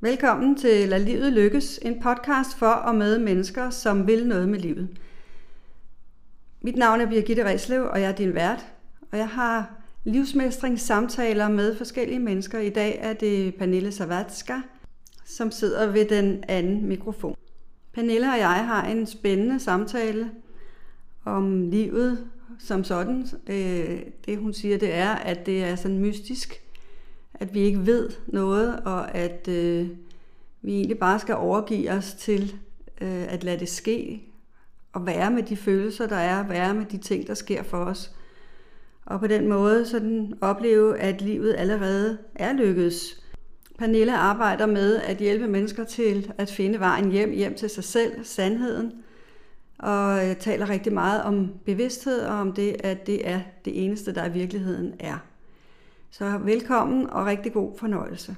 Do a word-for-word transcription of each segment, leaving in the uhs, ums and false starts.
Velkommen til Lad livet lykkes, en podcast for og med mennesker, som vil noget med livet. Mit navn er Birgitte Reslev, og jeg er din vært. Og jeg har livsmestringssamtaler med forskellige mennesker. I dag er det Pernille Savatska, som sidder ved den anden mikrofon. Pernille og jeg har en spændende samtale om livet som sådan. Det hun siger, det er, at det er sådan mystisk, at vi ikke ved noget, og at øh, vi egentlig bare skal overgive os til øh, at lade det ske, og være med de følelser, der er, være med de ting, der sker for os. Og på den måde sådan opleve, at livet allerede er lykkedes. Pernille arbejder med at hjælpe mennesker til at finde vejen hjem, hjem til sig selv, sandheden, og øh, taler rigtig meget om bevidsthed, og om det, at det er det eneste, der i virkeligheden er. Så velkommen og rigtig god fornøjelse.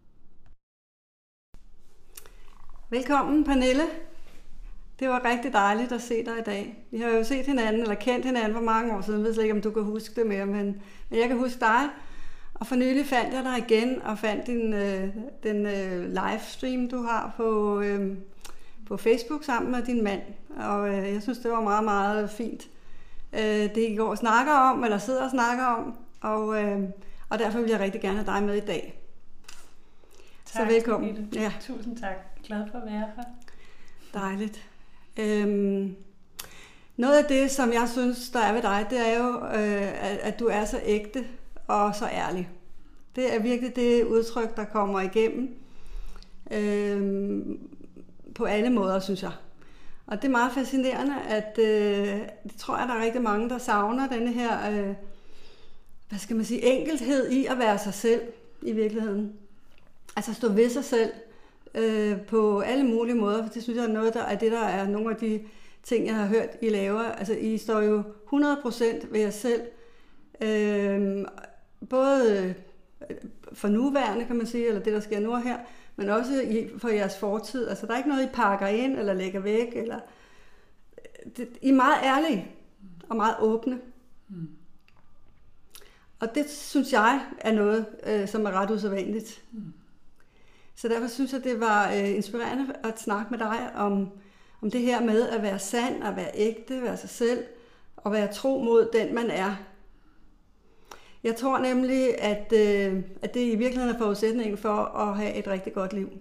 Velkommen, Pernille. Det var rigtig dejligt at se dig i dag. Vi har jo set hinanden, eller kendt hinanden for mange år siden. Jeg ved slet ikke, om du kan huske det mere, men, men jeg kan huske dig. Og for nylig fandt jeg dig igen, og fandt din, øh, den øh, livestream, du har på, øh, på Facebook sammen med din mand. Og øh, jeg synes, det var meget, meget fint. Øh, det I går og snakker om, eller sidder og snakker om. Og... Øh, Og derfor vil jeg rigtig gerne have dig med i dag. Tak, så velkommen. Ja. Tusind tak. Glad for at være her. Dejligt. Øhm, noget af det, som jeg synes, der er ved dig, det er jo, øh, at, at du er så ægte og så ærlig. Det er virkelig det udtryk, der kommer igennem øh, på alle måder, synes jeg. Og det er meget fascinerende, at øh, det tror jeg, der er rigtig mange, der savner denne her... Øh, hvad skal man sige, enkelthed i at være sig selv i virkeligheden. Altså stå ved sig selv øh, på alle mulige måder, for det synes jeg er noget, der er det, der er nogle af de ting, jeg har hørt, I laver. Altså I står jo hundrede procent ved jer selv, øh, både for nuværende, kan man sige, eller det, der sker nu og her, men også i, for jeres fortid. Altså der er ikke noget, I pakker ind eller lægger væk, eller det, I er meget ærlige og meget åbne. Mm. Og det synes jeg er noget, øh, som er ret usædvanligt. Mm. Så derfor synes jeg, det var øh, inspirerende at snakke med dig om, om det her med at være sand, at være ægte, være sig selv, og være tro mod den, man er. Jeg tror nemlig, at, øh, at det i virkeligheden er forudsætningen for at have et rigtig godt liv.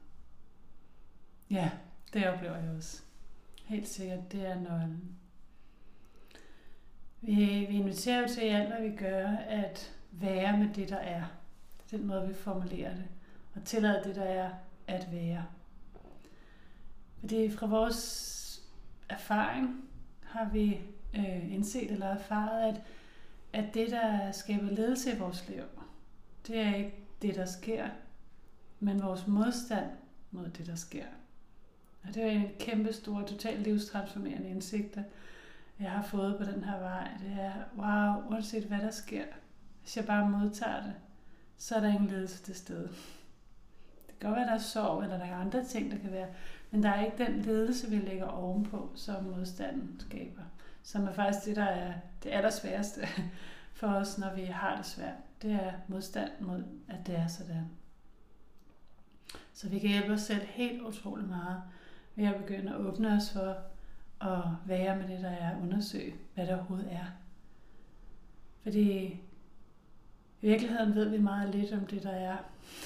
Ja, det oplever jeg også. Helt sikkert, det er nøglen. Vi, vi inviterer jo til alt, hvad vi gør, at være med det, der er. Det er den måde, vi formulerer det. Og tillade det, der er, at være. Fordi fra vores erfaring har vi øh, indset eller erfaret, at, at det, der skaber ledelse i vores liv, det er ikke det, der sker, men vores modstand mod det, der sker. Og det er en kæmpe stor, totalt livstransformerende indsigt, jeg har fået på den her vej. Det er, wow, uanset hvad der sker, hvis jeg bare modtager det, så er der ingen ledelse til stede. Det kan godt være, der er sorg, eller der er andre ting, der kan være, men der er ikke den ledelse, vi lægger ovenpå, som modstanden skaber. Som er faktisk det, der er det allersværeste for os, når vi har det svært. Det er modstand mod, at det er sådan. Så vi kan hjælpe os selv helt utrolig meget ved at begynde at åbne os for og være med det, der er, undersøge, hvad der overhovedet er. Fordi i virkeligheden ved vi meget lidt om det, der er.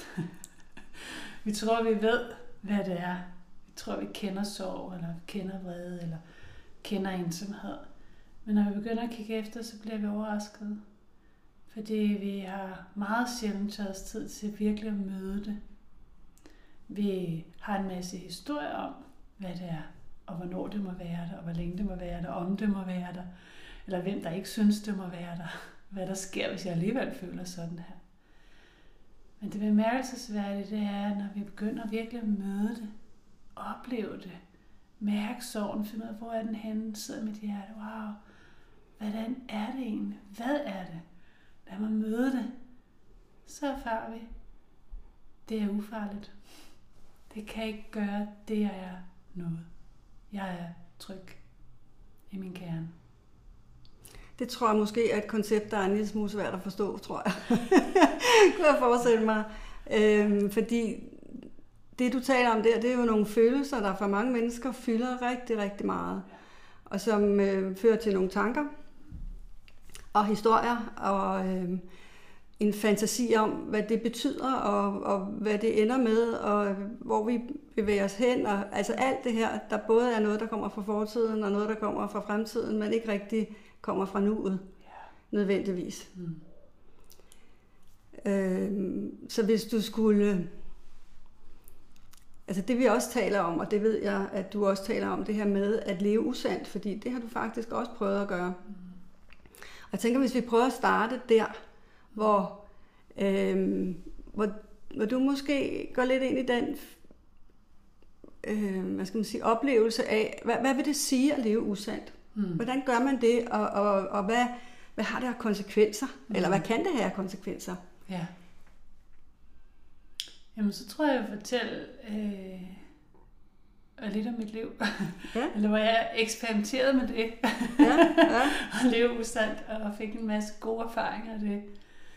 Vi tror, vi ved, hvad det er. Vi tror, vi kender sorg, eller vi kender vrede, eller kender ensomhed. Men når vi begynder at kigge efter, så bliver vi overrasket. Fordi vi har meget sjældent taget os tid til virkelig at møde det. Vi har en masse historier om, hvad det er, og hvornår det må være der, og hvor længe det må være der, om det må være der, eller hvem der ikke synes, det må være der, hvad der sker, hvis jeg alligevel føler sådan her. Men det bemærkelsesværdige, det er, når vi begynder virkelig at møde det, opleve det, mærke sorgen, finde ud af, hvor er den henne, sidder med dit hjerte, wow, hvordan er det egentlig, hvad er det, lad mig møde det, så erfarer vi, det er ufarligt, det kan ikke gøre det, jeg er noget. Jeg er tryg i min kerne. Det tror jeg måske er et koncept, der er en lille smule svært at forstå, tror jeg. Kunne jeg forestille mig. Øhm, fordi det du taler om der, det er jo nogle følelser, der for mange mennesker fylder rigtig, rigtig meget. Og som øh, fører til nogle tanker og historier og øh, en fantasi om, hvad det betyder og, og hvad det ender med og hvor vi bevæger os hen. Og, altså alt det her, der både er noget, der kommer fra fortiden og noget, der kommer fra fremtiden, men ikke rigtig kommer fra nuet nødvendigvis. Mm. Øh, så hvis du skulle... Altså det vi også taler om, og det ved jeg, at du også taler om, det her med at leve usandt, fordi det har du faktisk også prøvet at gøre. Mm. Og jeg tænker, hvis vi prøver at starte der, hvor, øh, hvor, hvor du måske går lidt ind i den øh, hvad skal man sige, oplevelse af, hvad, hvad vil det sige at leve usandt? Mm. Hvordan gør man det, og, og, og hvad, hvad har det af konsekvenser? Mm. Eller hvad kan det have af konsekvenser? Ja. Jamen, så tror jeg, jeg vil fortælle øh, lidt om mit liv. Ja. Eller hvor jeg eksperimenterede med det. Ja, ja. Og leve usandt, og fik en masse gode erfaringer af det.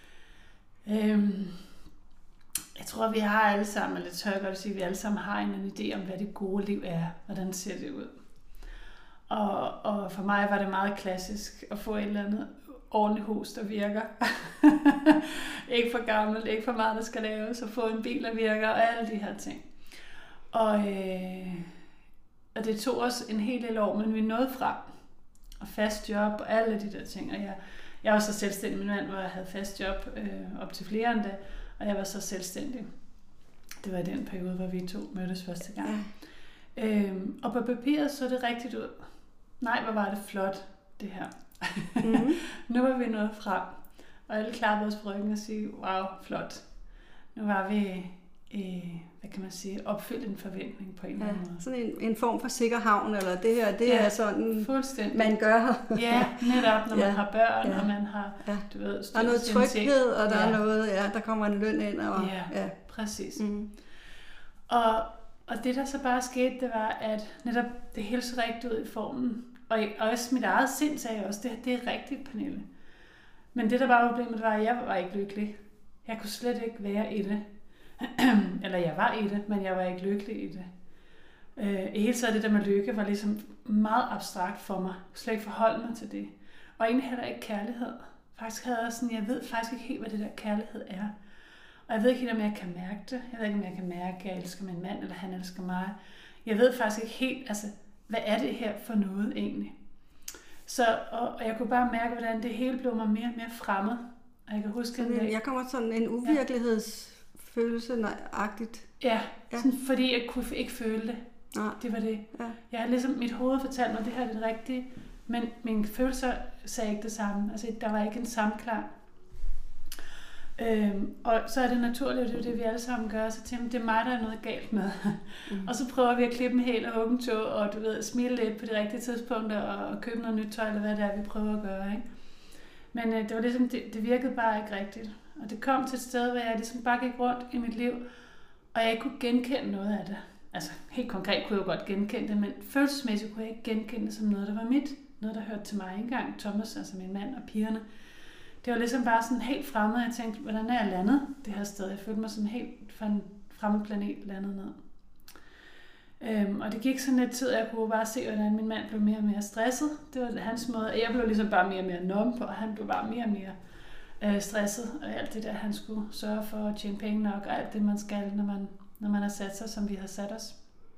Øhm, jeg tror, vi har alle sammen, eller tør jeg godt at sige, at vi alle sammen har en, en idé om, hvad det gode liv er. Hvordan ser det ud? Og, og for mig var det meget klassisk at få et eller andet ordentligt hus, der virker. Ikke for gammelt, ikke for meget, der skal laves, og få en bil, der virker, og alle de her ting. Og, øh, og det tog os en hel del år, men vi nåede frem. Og fast job, og alle de der ting. Og jeg, jeg var så selvstændig, min mand, hvor jeg havde fast job øh, op til flere end det, og jeg var så selvstændig. Det var i den periode, hvor vi to mødtes første gang. Ja. Øhm, og på papiret så det rigtigt ud. Nej, hvor var det flot, det her. Mm-hmm. Nu var vi nået frem, og alle klappede os på ryggen og sige, wow, flot. Nu var vi, øh, hvad kan man sige, opfyldt en forventning på en eller anden ja, måde. Sådan en, en form for sikker havn, eller det her, det ja, er sådan, man gør. Ja, netop, når ja, man har børn, ja, og man har, ja, du ved, der er noget tryghed, og der ja, er noget, ja, der kommer en løn ind. Og, ja, ja, præcis. Mm. Og, og det, der så bare skete, det var, at netop det hele så rigtigt ud i formen. Og også mit eget sind sagde også, det, det er rigtigt, Pernille. Men det, der var problemet, var, at jeg var ikke lykkelig. Jeg kunne slet ikke være i det. Eller jeg var i det, men jeg var ikke lykkelig i det. Øh, hele tiden det der med lykke var ligesom meget abstrakt for mig. Jeg kunne slet ikke forholde mig til det. Og egentlig heller ikke kærlighed. Faktisk havde jeg sådan, jeg ved faktisk ikke helt, hvad det der kærlighed er. Og jeg ved ikke helt, om jeg kan mærke det. Jeg ved ikke, om jeg kan mærke, at jeg elsker min mand, eller han elsker mig. Jeg ved faktisk ikke helt, altså, hvad er det her for noget egentlig? Så, og, og jeg kunne bare mærke, hvordan det hele blev mig mere og mere fremmed. Og jeg kan huske, sådan en, jeg kommer sådan en uvirkelighedsfølelse nøjagtigt. Ja, ja. Sådan, fordi jeg kunne ikke føle det. Ja. Det var det. Ja. Jeg havde ligesom, mit hoved fortalte mig, at det her er det rigtige, men mine følelser sagde ikke det samme. Altså, der var ikke en samklang. Øhm, og så er det naturligt, det er det, vi alle sammen gør, så tænker det er mig, der er noget galt med. Mm. Og så prøver vi at klippe en hæl og hugge en tå, og du ved, smile lidt på de rigtige tidspunkter, og, og købe noget nyt tøj, eller hvad det er, vi prøver at gøre, ikke? Men øh, det var ligesom, det, det virkede bare ikke rigtigt. Og det kom til et sted, hvor jeg ligesom bare gik rundt i mit liv, og jeg ikke kunne genkende noget af det. Altså, helt konkret kunne jeg jo godt genkende det, men følelsesmæssigt kunne jeg ikke genkende det som noget, der var mit. Noget, der hørte til mig engang. Thomas, altså min mand og pigerne. Det var ligesom bare sådan helt fremmed, jeg tænkte, hvordan er jeg landet det her sted? Jeg følte mig sådan helt fra en fremmed planet landet ned. Øhm, og det gik sådan lidt tid, at jeg kunne bare se, hvordan min mand blev mere og mere stresset. Det var hans måde. Jeg blev ligesom bare mere og mere numb, og han blev bare mere og mere øh, stresset. Og alt det der, han skulle sørge for at tjene penge nok, og alt det, man skal, når man, når man har sat sig, som vi har sat os.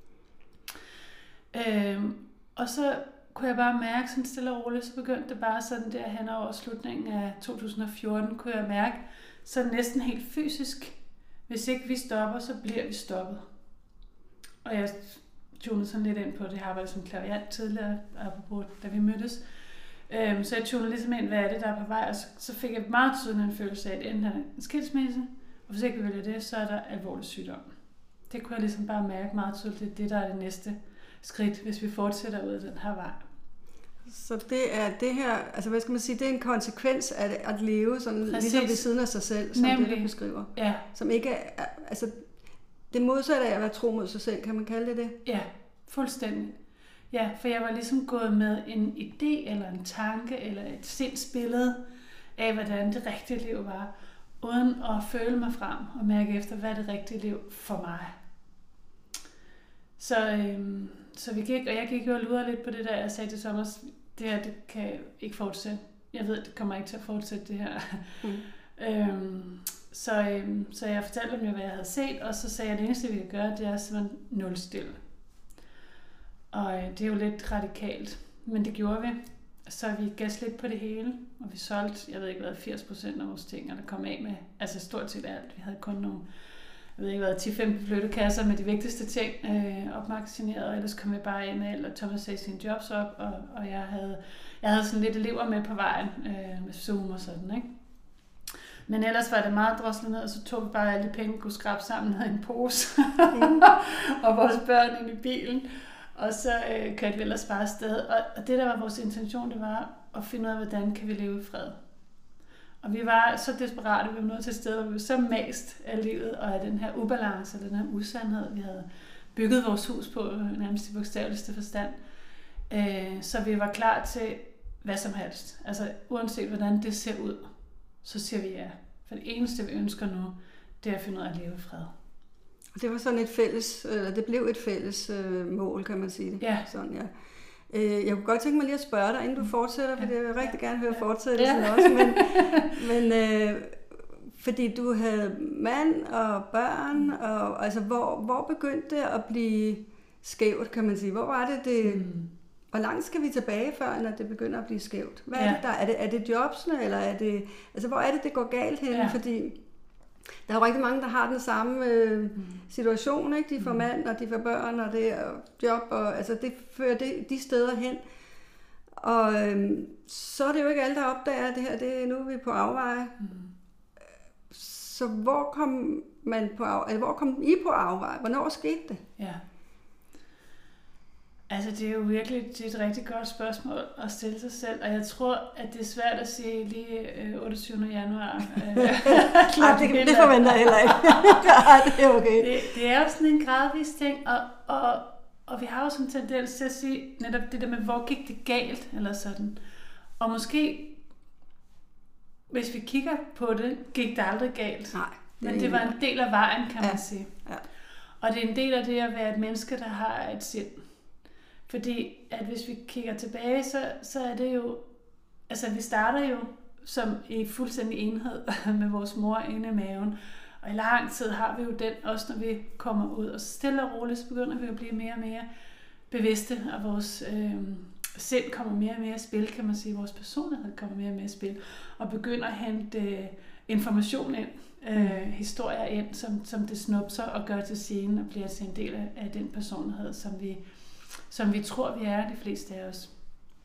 Øhm, og så kunne jeg bare mærke, sådan stille og roligt, så begyndte det bare sådan der hen over slutningen af to tusind og fjorten, kunne jeg mærke, så næsten helt fysisk, hvis ikke vi stopper, så bliver vi stoppet. Og jeg tunede sådan lidt ind på det, jeg arbejdede som klaviant tidligere, apropos, da vi mødtes. Øhm, så jeg tunede ligesom ind, hvad er det, der er på vej, og så, så fik jeg meget tydeligt en følelse af, at enten er en skilsmisse, og hvis ikke vi vælger det, så er der alvorlig sygdom. Det kunne jeg ligesom bare mærke meget tydeligt, det der er det næste skridt, hvis vi fortsætter ud af den her vej. Så det er det her, altså hvad skal man sige, det er en konsekvens af at leve sådan ligesom ved siden af sig selv, som Nemlig. det, du beskriver. Ja. Som ikke er, altså det modsatte af at være tro mod sig selv, kan man kalde det det? Ja, fuldstændig. Ja, for jeg var ligesom gået med en idé, eller en tanke, eller et sindsbillede af, hvordan det rigtige liv var, uden at føle mig frem og mærke efter, hvad er det rigtige liv for mig. Så, øhm, så vi gik, og jeg gik jo og ludrede lidt på det der, jeg sagde til Thomas, det her, det kan ikke fortsætte. Jeg ved, det kommer ikke til at fortsætte det her. Mm. øhm, så, øhm, så jeg fortalte dem jo, hvad jeg havde set, og så sagde jeg, at det eneste, vi kan gøre, det er simpelthen nulstille. Og øh, det er jo lidt radikalt, men det gjorde vi. Så vi gav lidt på det hele, og vi solgte, jeg ved ikke hvad, firs procent af vores ting, og der kom af med, altså stort set alt. Vi havde kun nogle, jeg ved ikke hvad, ti til femten flyttekasser med de vigtigste ting øh, opmagasineret, og ellers kom vi bare af med alt, og Thomas sagde sine jobs op, og, og jeg havde, jeg havde sådan lidt elever med på vejen, øh, med Zoom og sådan, ikke? Men ellers var det meget droslet ned, og så tog vi bare alle de penge, vi kunne skrabe sammen ned i en pose, mm. og vores børn ind i bilen. Og så øh, kørte vi ellers bare afsted. Og, og det, der var vores intention, det var at finde ud af, hvordan kan vi leve i fred. Og vi var så desperate, vi var nået til et sted, hvor vi var så mast af livet, og af den her ubalance, den her usandhed, vi havde bygget vores hus på, nærmest i bogstaveligste forstand. Øh, så vi var klar til hvad som helst. Altså uanset hvordan det ser ud, så siger vi ja. For det eneste, vi ønsker nu, det er at finde ud af at leve i fred. Og det var sådan et fælles, eller det blev et fælles øh, mål, kan man sige det. Ja. Sådan, ja. Øh, jeg kunne godt tænke mig lige at spørge dig, inden du fortsætter, for ja. Jeg vil rigtig gerne høre ja. fortsættelsen ja. også. Men, men øh, fordi du havde mand og børn, og altså hvor, hvor begyndte det at blive skævt, kan man sige? Hvor var det det? Mm. Hvor langt skal vi tilbage, før når det begynder at blive skævt? Hvad ja. er det der? Er det, er det jobsene, eller er det, altså hvor er det det går galt hen? Ja. Fordi der er jo rigtig mange, der har den samme øh, mm. situation, ikke? De får mand, og de får børn, og det er job, og altså det fører det, de steder hen. Og øh, så er det jo ikke alle, der opdager det her, det er nu vi er på afveje. Mm. Så hvor kom man på af, eller hvor kom I på afveje? Hvornår skete det? Ja. Altså det er jo virkelig det er et rigtig godt spørgsmål at stille sig selv, og jeg tror, at det er svært at sige lige øh, otteogtyvende januar. Øh, Nej, det, det forventer jeg heller ikke. Ja, det er okay. Det, det er jo sådan en gradvis ting, og, og, og vi har jo sådan en tendens til at sige netop det der med, hvor gik det galt, eller sådan. Og måske, hvis vi kigger på det, gik det aldrig galt. Nej. Det Men det var en del af vejen, kan ja. man sige. Ja. Og det er en del af det at være et menneske, der har et sind. Fordi at hvis vi kigger tilbage, så, så er det jo, altså vi starter jo som i fuldstændig enhed med vores mor inde i maven. Og i lang tid har vi jo den, også når vi kommer ud. Og stille og roligt, så begynder vi at blive mere og mere bevidste, og vores øh, sind kommer mere og mere i spil, kan man sige. Vores personlighed kommer mere og mere i spil, og begynder at hente øh, information ind, øh, historier ind, som, som det snupser og gør til scenen og bliver til en del af, af den personlighed, som vi som vi tror, vi er, de fleste af os.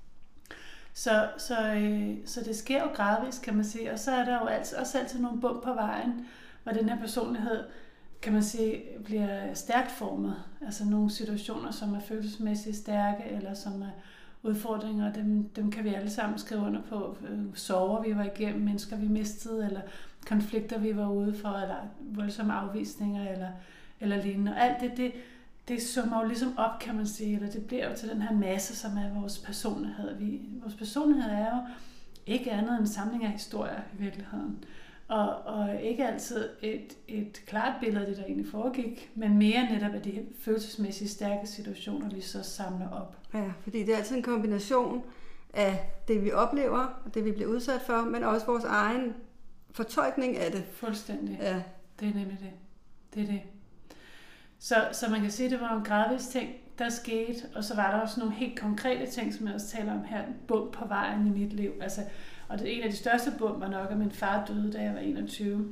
Så, så, øh, så det sker jo gradvist, kan man sige, og så er der jo altid, også altid nogle bump på vejen, hvor den her personlighed, kan man sige, bliver stærkt formet. Altså nogle situationer, som er følelsesmæssigt stærke, eller som er udfordringer, dem, dem kan vi alle sammen skrive under på. Sorger, vi var igennem, mennesker, vi mistede, eller konflikter, vi var ude for, eller voldsomme afvisninger, eller, eller lignende. Og alt det, det det summer jo ligesom op, kan man sige, eller det bliver jo til den her masse, som er vores personlighed. Vi, vores personlighed er jo ikke andet end en samling af historier i virkeligheden. Og, og ikke altid et, et klart billede af det, der egentlig foregik, men mere netop af de følelsesmæssige stærke situationer, vi så samler op. Ja, fordi det er altid en kombination af det, vi oplever, og det, vi bliver udsat for, men også vores egen fortolkning af det. Fuldstændig. Ja. Det er nemlig det. Det er det. Så, så man kan sige, at det var en gradvis ting, der skete, og så var der også nogle helt konkrete ting, som jeg også taler om her, bump på vejen i mit liv. Altså, og det, en af de største bump var nok, at min far døde, da jeg var enogtyve.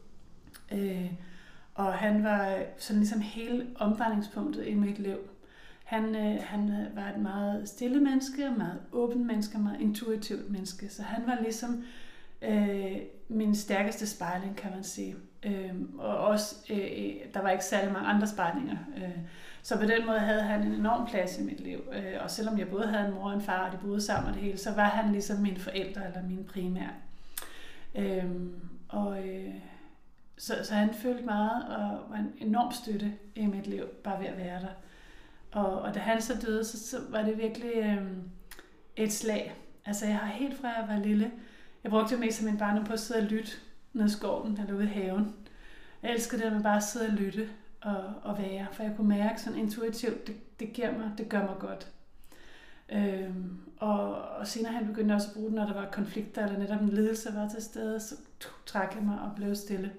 Øh, og han var sådan ligesom hele omdrejningspunktet i mit liv. Han, øh, han var et meget stille menneske, meget åbent menneske, meget intuitivt menneske, så han var ligesom øh, min stærkeste spejling, kan man sige. Øhm, og også, øh, der var ikke særlig mange andre spejlinger. Øh, så på den måde havde han en enorm plads i mit liv. Øh, og selvom jeg både havde en mor og en far, og de boede sammen og det hele, så var han ligesom mine forældre, eller mine primære. Øh, og, øh, så, så han følte meget, og var en enorm støtte i mit liv, bare ved at være der. Og, og da han så døde, så, så var det virkelig øh, et slag. Altså jeg har helt fra jeg var lille, jeg brugte jo mest som min barndom på at sidde og lytte nede i skoven eller ude i haven. Jeg elskede det, at man bare sidder og lytte. at, at være, for jeg kunne mærke sådan intuitivt, det, det giver mig, det gør mig godt. Øhm, og, og senere hen begyndte jeg også at bruge den, når der var konflikter, eller netop en ledelse var til stede, så trak jeg mig og blev stille.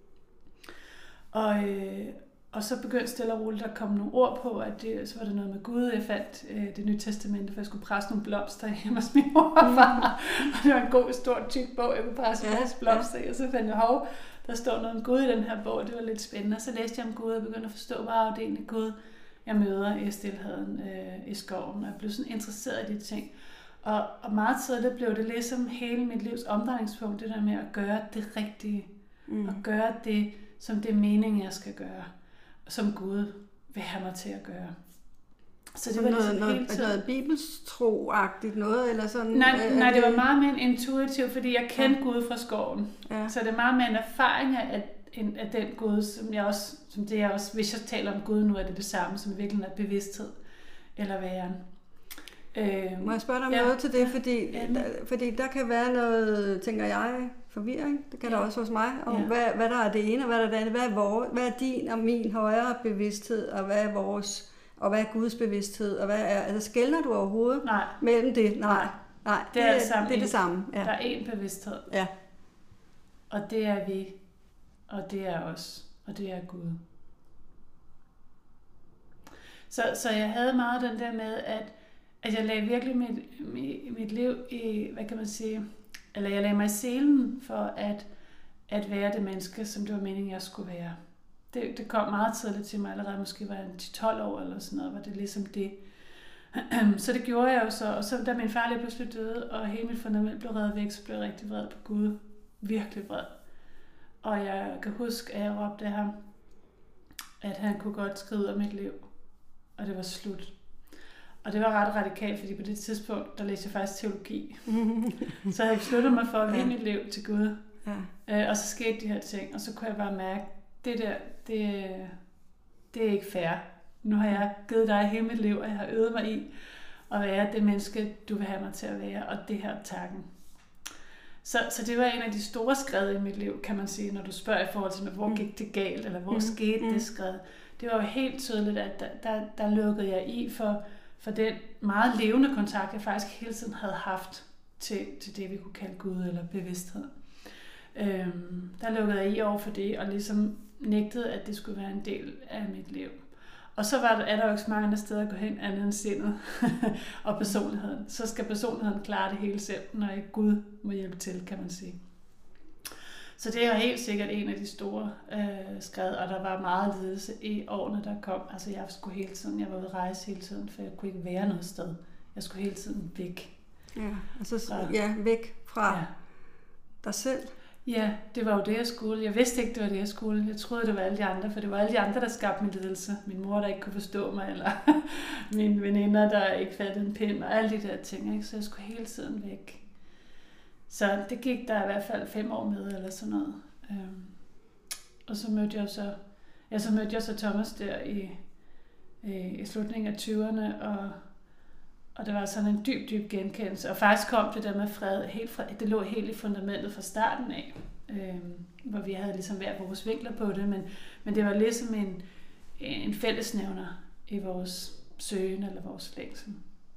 Og, øh, og så begyndte stille og roligt at komme nogle ord på, at det, så var det noget med Gud. Jeg fandt øh, det nye testamente, for jeg skulle presse nogle blomster hjemme hos min mor og far. Og det var en god, stor, tyk bog, jeg kunne presse en masse blomster i. Og så fandt jeg, hov, der står noget om Gud i den her bog, det var lidt spændende. Og så læste jeg om Gud og begyndte at forstå, hvad er det egentlig Gud, jeg møder i stilheden øh, i skoven. Og jeg blev sådan interesseret i de ting. Og, og meget tidligt blev det ligesom hele mit livs omdrejningspunkt, det der med at gøre det rigtige. Mm. Og gøre det, som det er meningen, jeg skal gøre. Som Gud vil have mig til at gøre. Så det var noget, ligesom noget, hele tiden. noget bibelstro-agtigt noget, eller sådan? Nej, øh, nej, det var det... meget mere intuitivt, fordi jeg kendte ja. Gud fra skoven. Ja. Så det er meget mere en erfaring af, af den Gud, som jeg også, som det er også, hvis jeg taler om Gud nu, er det det samme, som virkelig er bevidsthed eller væren. Øh, Må jeg spørge dig om ja. noget til det, fordi, ja. der, fordi der kan være noget, tænker jeg, forvirring, det kan ja. der også hos mig, om ja. hvad, hvad der er det ene, og hvad der er det andet, hvad er, vores, hvad er din og min højere bevidsthed, og hvad er vores, og hvad er Guds bevidsthed, og hvad er, altså skelner du overhovedet nej. mellem det? Nej, nej, det er det, samme. det, er det samme. Ja. Der er én bevidsthed, ja. og det er vi, og det er os, og det er Gud. Så, så jeg havde meget den der med, at at jeg lagde virkelig mit, mit, mit liv i, hvad kan man sige, eller jeg lagde mig i selen for at, at være det menneske, som det var meningen, jeg skulle være. Det, det kom meget tidligt til mig, allerede måske var jeg ti tolv år eller sådan noget, var det ligesom det. Så det gjorde jeg jo så, og så da min far lige pludselig døde, og hele mit fundament blev revet væk, så blev jeg rigtig vred på Gud. Virkelig vred. Og jeg kan huske, at jeg råbte af ham, at han kunne godt skride ud af mit liv, og det var slut. Og det var ret radikalt, fordi på det tidspunkt, der læste jeg faktisk teologi. Så jeg besluttet mig for at vinde ja. mit liv til Gud. Ja. Øh, og så skete de her ting, og så kunne jeg bare mærke, det der, det, det er ikke fair. Nu har jeg givet dig hele mit liv, og jeg har øvet mig i at være det menneske, du vil have mig til at være, og det her takken. Så, så det var en af de store skred i mit liv, kan man sige, når du spørger i forhold til, hvor gik det galt, eller hvor mm. skete mm. det skred. Det var jo helt tydeligt, at der, der, der lukkede jeg i for for den meget levende kontakt, jeg faktisk hele tiden havde haft til, til det, vi kunne kalde Gud eller bevidsthed. Øhm, der lukkede jeg i over for det, og ligesom nægtede, at det skulle være en del af mit liv. Og så var der, er der jo ikke så mange andre steder at gå hen, andet end sindet og personligheden. Så skal personligheden klare det hele selv, når ikke Gud må hjælpe til, kan man sige. Så det er helt sikkert en af de store øh, skred, og der var meget lidelse i årene, der kom. Altså jeg skulle hele tiden, jeg var ude at rejse hele tiden, for jeg kunne ikke være noget sted. Jeg skulle hele tiden væk. Ja, altså fra, ja, væk fra ja. dig selv. Ja, det var jo det, jeg skulle. Jeg vidste ikke, det var det, jeg skulle. Jeg troede, det var alle de andre, for det var alle de andre, der skabte min lidelse. Min mor, der ikke kunne forstå mig, eller mine veninder, der ikke fattede en pind, og alle de der ting. Ikke? Så jeg skulle hele tiden væk. Så det gik der i hvert fald fem år med, eller sådan noget. Øhm, og så mødte jeg så, ja, så mødte jeg så Thomas der i, i, i slutningen af tyverne, og, og det var sådan en dyb, dyb genkendelse. Og faktisk kom det der med fred, helt fra, det lå helt i fundamentet fra starten af, øhm, hvor vi havde ligesom hver vores vinkler på det, men, men det var ligesom en, en fællesnævner i vores søgen eller vores længsel.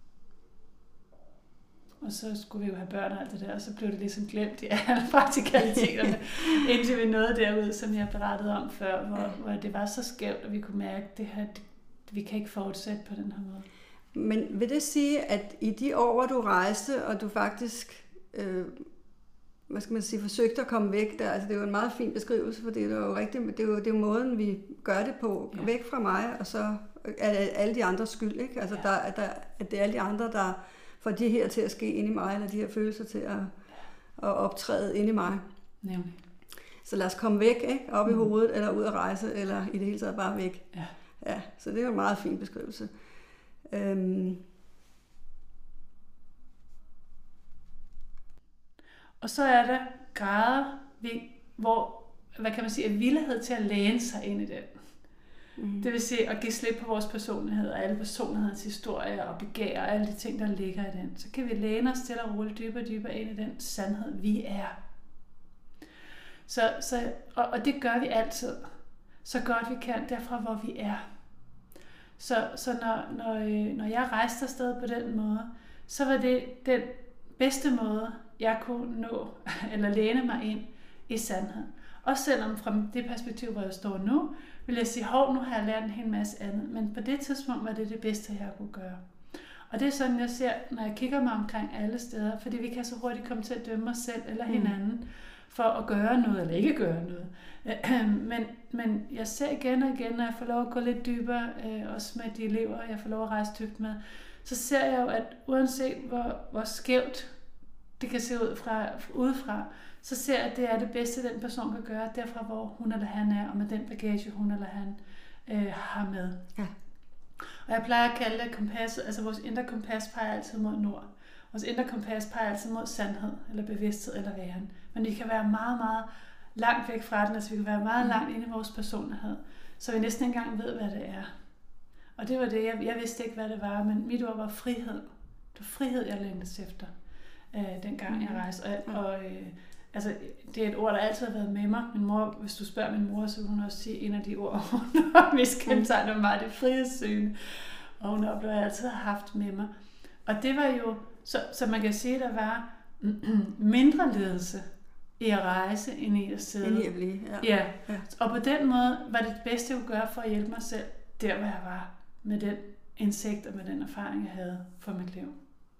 Og så skulle vi jo have børn og alt det der, og så blev det ligesom glemt i alle praktikaliteterne, indtil vi nåede derud, som jeg berettede om før, hvor, hvor det var så skævt, og vi kunne mærke, at det her, det, vi kan ikke fortsætte på den her måde. Men vil det sige, at i de år, hvor du rejste, og du faktisk, øh, hvad skal man sige, forsøgte at komme væk der, altså det er jo en meget fin beskrivelse, for det er jo rigtigt, det er jo, det er jo måden, vi gør det på, ja. Væk fra mig, og så er alle de andres skyld, ikke? Altså ja. der, der, at det er alle de andre, der får de her til at ske inde i mig, eller de her følelser til at, at optræde inde i mig. Nemlig. Så lad os komme væk, ikke? Op mm. i hovedet, eller ud at rejse, eller i det hele taget bare væk. Ja. Ja, så det er en meget fin beskrivelse. Øhm. Og så er der grader, hvor, hvad kan man sige, er villighed til at læne sig ind i den. Mm. Det vil sige at give slip på vores personlighed og alle personlighedens historier og begær og alle de ting, der ligger i den. Så kan vi læne os til at rulle dybere og dybere ind i den sandhed, vi er. Så, så, og, og det gør vi altid. så godt vi kan, derfra hvor vi er. Så, så når, når, når jeg rejste afsted på den måde, så var det den bedste måde, jeg kunne nå, eller læne mig ind i sandhed. Også selvom fra det perspektiv, hvor jeg står nu, vil jeg sige, hov, nu har jeg lært en hel masse andet. Men på det tidspunkt var det det bedste, jeg kunne gøre. Og det er sådan, jeg ser, når jeg kigger mig omkring alle steder, fordi vi kan så hurtigt komme til at dømme os selv eller hinanden for at gøre noget, eller ikke gøre noget. Men, men jeg ser igen og igen, når jeg får lov at gå lidt dybere, øh, også med de elever, jeg får lov at rejse dybt med, så ser jeg jo, at uanset hvor, hvor skævt det kan se ud fra, udefra, så ser jeg, at det er det bedste, den person kan gøre, derfra hvor hun eller han er, og med den bagage, hun eller han øh, har med. Ja. Og jeg plejer at kalde det kompasset, altså vores indre kompas peger altid mod nord. Vores indre kompas peger altid mod sandhed, eller bevidsthed, eller væren. Men vi kan være meget, meget langt væk fra den, altså vi kan være meget langt inde i vores personlighed, så vi næsten ikke engang ved, hvad det er. Og det var det, jeg, jeg vidste ikke, hvad det var, men mit ord var frihed. Det var frihed, jeg længtes efter, øh, dengang jeg rejste. Og, og øh, altså, det er et ord, der altid har været med mig. Min mor, hvis du spørger min mor, så vil hun også sige, en af de ord, hun har mest kendetegnet mig, det er frihedssyn. Og hun oplever, at jeg altid har haft med mig. Og det var jo, så, så man kan sige, der var mindre ledelse i at rejse, end i at sidde. End i at blive, ja. Ja. Ja. Og på den måde var det det bedste, jeg kunne gøre for at hjælpe mig selv, der hvor jeg var, med den indsigt og med den erfaring, jeg havde for mit liv.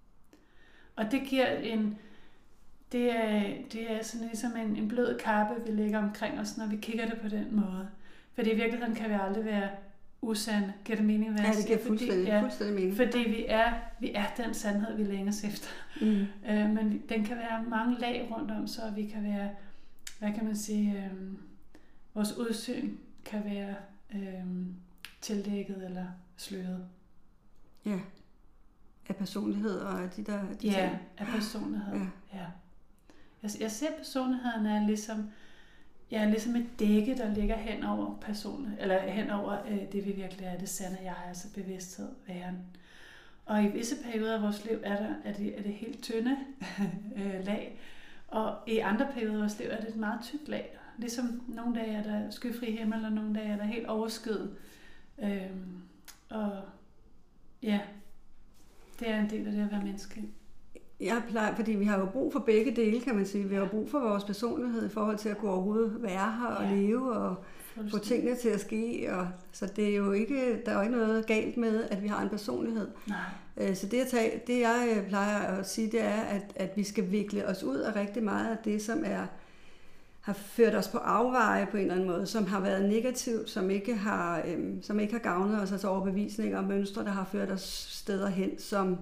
Og det giver en, det er, det er sådan ligesom en, en blød kappe, vi lægger omkring os, når vi kigger det på den måde. For i virkeligheden kan vi aldrig være usande. Giver det mening? Hvad ja, det giver fuldstændig, fordi, ja, fuldstændig mening. Fordi vi er, vi er den sandhed, vi længes efter. Mm. Øh, men den kan være mange lag rundt om, så vi kan være, hvad kan man sige, øh, vores udsyn kan være øh, tildækket eller sløret. Ja, af personlighed og af de der... De ja, ting. af personlighed. Ja. Ja. Jeg, jeg ser personligheden er ligesom, ja, ligesom et dække, der ligger hen over personen, eller hen over øh, det, vi virkelig er, det sande jeg, altså bevidsthed, væren. Og i visse perioder af vores liv er, der, er, det, er det helt tynde øh, lag, og i andre perioder af vores liv er det et meget tykt lag. Ligesom nogle dage er der skyfri himmel, og nogle dage er der helt overskyet. Øh, og ja, det er en del af det at være menneske. Jeg plejer, fordi vi har jo brug for begge dele, kan man sige. Vi har brug for vores personlighed i forhold til at kunne overhovedet være her og ja. leve og få tingene til at ske. Og, så det er jo ikke, der er jo ikke noget galt med, at vi har en personlighed. Nej. Så det jeg, tager, det, jeg plejer at sige, det er, at, at vi skal vikle os ud af rigtig meget af det, som er, har ført os på afveje på en eller anden måde, som har været negativt, som ikke har, øhm, som ikke har gavnet os, altså overbevisninger og mønstre, der har ført os steder hen, som...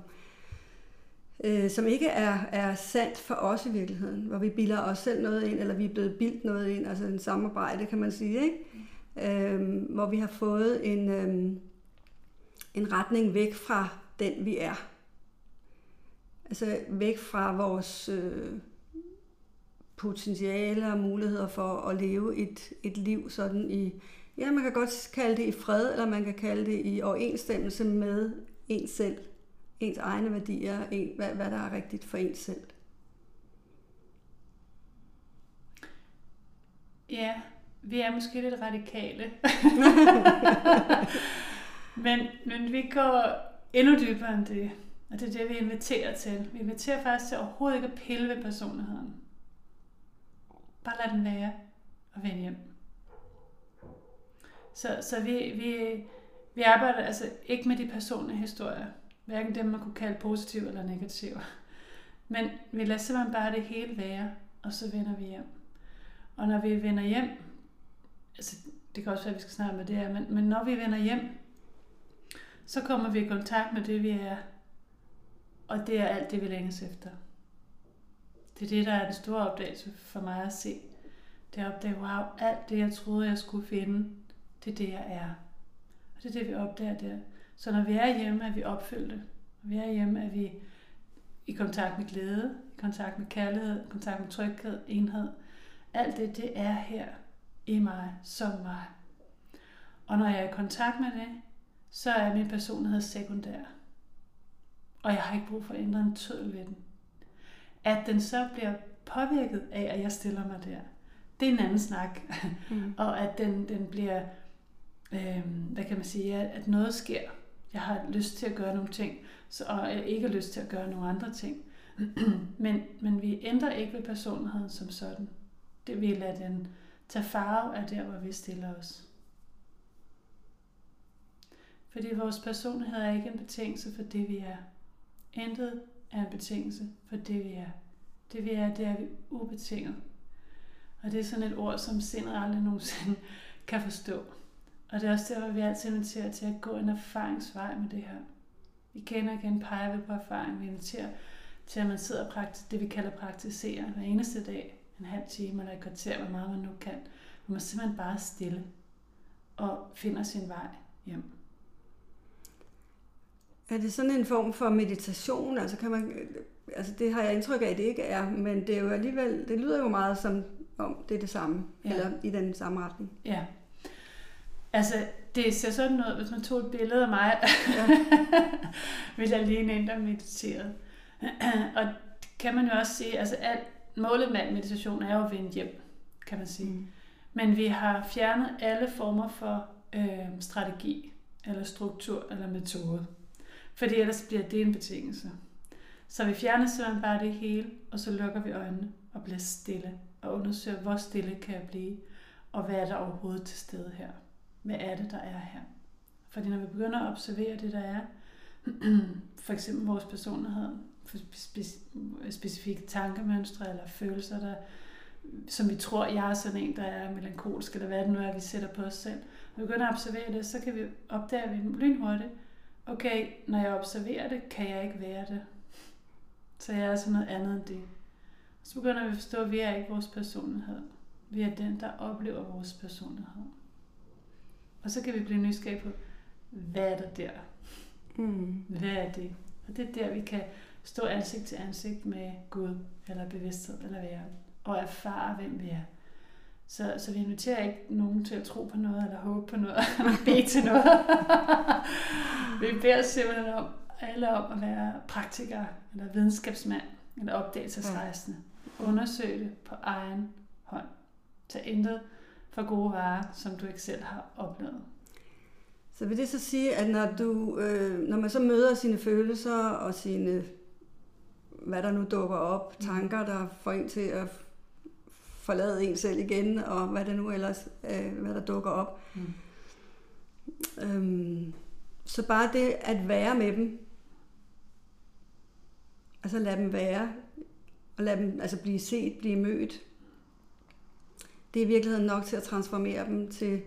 Øh, som ikke er, er sandt for os i virkeligheden, hvor vi bilder os selv noget ind, eller vi er blevet bildt noget ind, altså en samarbejde, kan man sige, ikke? Mm. Øh, hvor vi har fået en, øh, en retning væk fra den, vi er. Altså væk fra vores øh, potentiale og muligheder for at leve et, et liv sådan i, ja, man kan godt kalde det i fred, eller man kan kalde det i overensstemmelse med en selv. Ens egne værdier, en, hvad, hvad der er rigtigt for en selv. Ja, vi er måske lidt radikale. men, men vi går endnu dybere end det. Og det er det, vi inviterer til. Vi inviterer faktisk til overhovedet ikke at pille ved personligheden. Bare lad den være og vende hjem. Så, så vi, vi, vi arbejder altså ikke med de personlige historier. Hverken dem, man kunne kalde positive eller negative. Men vi lader simpelthen bare det hele være, og så vender vi hjem. Og når vi vender hjem, altså det kan også være, at vi skal snakke med det her, men, men når vi vender hjem, så kommer vi i kontakt med det, vi er. Og det er alt det, vi længes efter. Det er det, der er den store opdagelse for mig at se. Det er at opdage, wow, alt det, jeg troede, jeg skulle finde, det er det, jeg er. Og det er det, vi opdager der. Så når vi er hjemme, er vi opfyldte. Når vi er hjemme, er vi i kontakt med glæde, i kontakt med kærlighed, i kontakt med tryghed, enhed. Alt det, det er her i mig, som mig. Og når jeg er i kontakt med det, så er min personlighed sekundær. Og jeg har ikke brug for at ændre en tøddel ved den. At den så bliver påvirket af, at jeg stiller mig der, det er en anden snak. Mm. Og at den, den bliver, øh, hvad kan man sige, at, at noget sker. Jeg har lyst til at gøre nogle ting, så, og jeg ikke har lyst til at gøre nogle andre ting. men, men vi ændrer ikke ved personligheden som sådan. Det vil lade den tage farve af der, hvor vi stiller os. Fordi vores personlighed er ikke en betingelse for det, vi er. Intet er en betingelse for det, vi er. Det, vi er, det er vi ubetinget. Og det er sådan et ord, som sindet aldrig nogensinde kan forstå. Og det er også der, hvor vi altid inviterer til at gå en erfaringsvej med det her. Vi kender igen, peger vi på erfaring. Vi inviterer til, at man sidder og praktiserer, det vi kalder praktisere hver eneste dag. En halv time eller et kvarter, hvor meget man nu kan. Hvor man simpelthen bare er stille og finder sin vej hjem. Er det sådan en form for meditation? Altså kan man, altså det har jeg indtryk af, at det ikke er, men det er jo alligevel, det lyder jo meget som om det er det samme, ja. Eller i den samme retning. Ja. Altså, det ser sådan ud, hvis man tog et billede af mig, ja. Ville jeg ligne en, der mediterede. Og det kan man jo også sige, altså alt, målet med meditation er jo at vende hjem, kan man sige. Mm. Men vi har fjernet alle former for øh, strategi, eller struktur, eller metode. Fordi ellers bliver det en betingelse. Så vi fjerner simpelthen bare det hele, og så lukker vi øjnene og bliver stille, og undersøger, hvor stille kan jeg blive, og hvad er der overhovedet til stede her. Hvad er det, der er her? Fordi når vi begynder at observere det, der er, for eksempel vores personlighed, specifikke tankemønstre eller følelser, der, som vi tror, jeg er sådan en, der er melankolsk, eller hvad det nu er, vi sætter på os selv. Når vi begynder at observere det, så kan vi opdage, at vi lynhurtigt, okay, når jeg observerer det, kan jeg ikke være det. Så jeg er sådan noget andet end det. Så begynder vi at forstå, at vi er ikke vores personlighed. Vi er den, der oplever vores personlighed. Og så kan vi blive nysgerrige på, hvad er der der? Mm. Hvad er det? Og det er der, vi kan stå ansigt til ansigt med Gud, eller bevidsthed, eller verden, og erfare, hvem vi er. Så, så vi inviterer ikke nogen til at tro på noget, eller håbe på noget, eller bede til noget. Vi beder simpelthen om, alle om at være praktikere, eller videnskabsmand, eller opdagelsesrejsende. Undersøg det på egen hånd. Tag intet for gode varer, som du ikke selv har oplevet. Så vil det så sige, at når, du, øh, når man så møder sine følelser og sine, hvad der nu dukker op, tanker, der får en til at forlade en selv igen, og hvad der nu ellers, øh, hvad der dukker op. Mm. Øhm, så bare det at være med dem, altså lade dem være, og lade dem altså blive set, blive mødt, det er i virkeligheden nok til at transformere dem til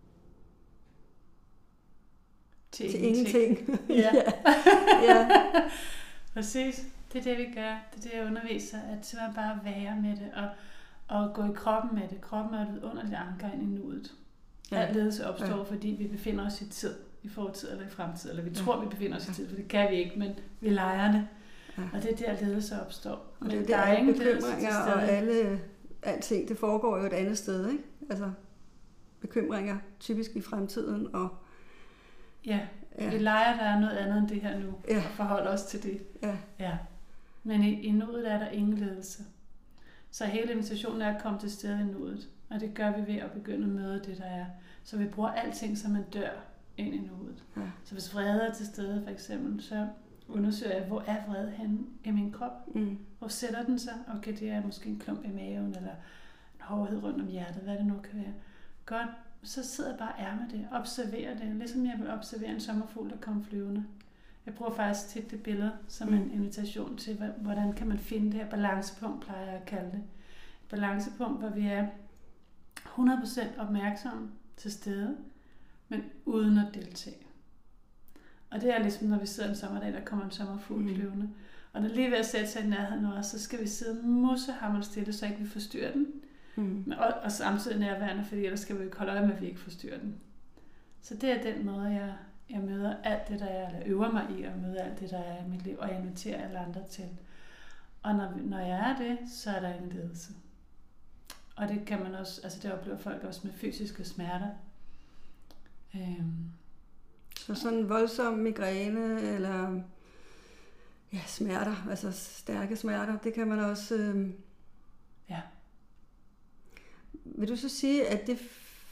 til, til ingenting. ingenting. Ja. ja. ja. Præcis. Det er det, vi gør. Det er det, jeg underviser. At simpelthen bare være med det, og, og gå i kroppen med det. Kroppen er et vidunderligt anker ind i nuet. Ja. Alt ledelse opstår, ja. Fordi vi befinder os i tid, i fortid eller i fremtid. Eller vi ja. tror, vi befinder os i tid, for det kan vi ikke, men vi leger det. Ja. Og det er der, ledelse opstår. Og det er men der, der er ingen bekymringer og alle, alting, det foregår jo et andet sted, ikke? Altså bekymringer typisk i fremtiden og ja, ja. Vi leger, der er noget andet end det her nu, ja. Og forholder os til det. Ja. Ja. Men i, i nuet er der ingen ledelse. Så hele invitationen er at komme til stede i nuet. Og det gør vi ved at begynde at møde det, der er. Så vi bruger alting som en dør ind i nuet. Ja. Så hvis vrede er til stede, for eksempel, så undersøger jeg, hvor er vrede henne i min krop? Mm. Hvor sætter den sig? Okay, det er måske en klump i maven, eller en hårdhed rundt om hjertet, hvad det nu kan være. Godt. Så sidder jeg bare og er med det, observerer det, ligesom jeg vil observere en sommerfugl, der kommer flyvende. Jeg bruger faktisk tit det billede som en invitation til, hvordan kan man finde det her balancepunkt, plejer jeg at kalde det. Et balancepunkt, hvor vi er hundrede procent opmærksomme til stede, men uden at deltage. Og det er ligesom, når vi sidder en sommerdag, der kommer en sommerfugl flyvende. Og når lige ved at sætte sig i nærheden af os, så skal vi sidde mussehammer stille, så ikke vi forstyrrer den. Mm. Og, og samtidig nærværende, fordi ellers skal vi ikke holde øje med, at vi ikke forstyrrer den. Så det er den måde, jeg, jeg møder alt det, der er, eller øver mig i at møde alt det, der er i mit liv, og jeg inviterer alle andre til. Og når, når jeg er det, så er der en ledelse. Og det kan man også, altså det oplever folk også med fysiske smerter. Øhm. Så sådan en voldsom migræne, eller ja, smerter, altså stærke smerter, det kan man også... Øh... Ja. vil du så sige, at det,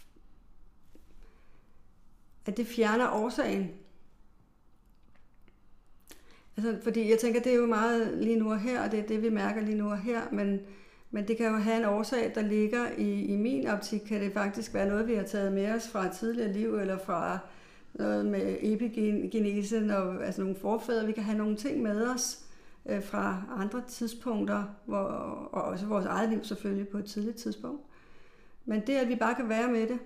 at det fjerner årsagen? Altså, fordi jeg tænker, det er jo meget lige nu og her, og det er det, vi mærker lige nu og her, men, men det kan jo have en årsag, der ligger i, i min optik, kan det faktisk være noget, vi har taget med os fra et tidligere liv, eller fra noget med epigenesen, og altså nogle forfædre. Vi kan have nogle ting med os øh, fra andre tidspunkter, hvor, og også vores eget liv selvfølgelig på et tidligt tidspunkt. Men det, at vi bare kan være med det,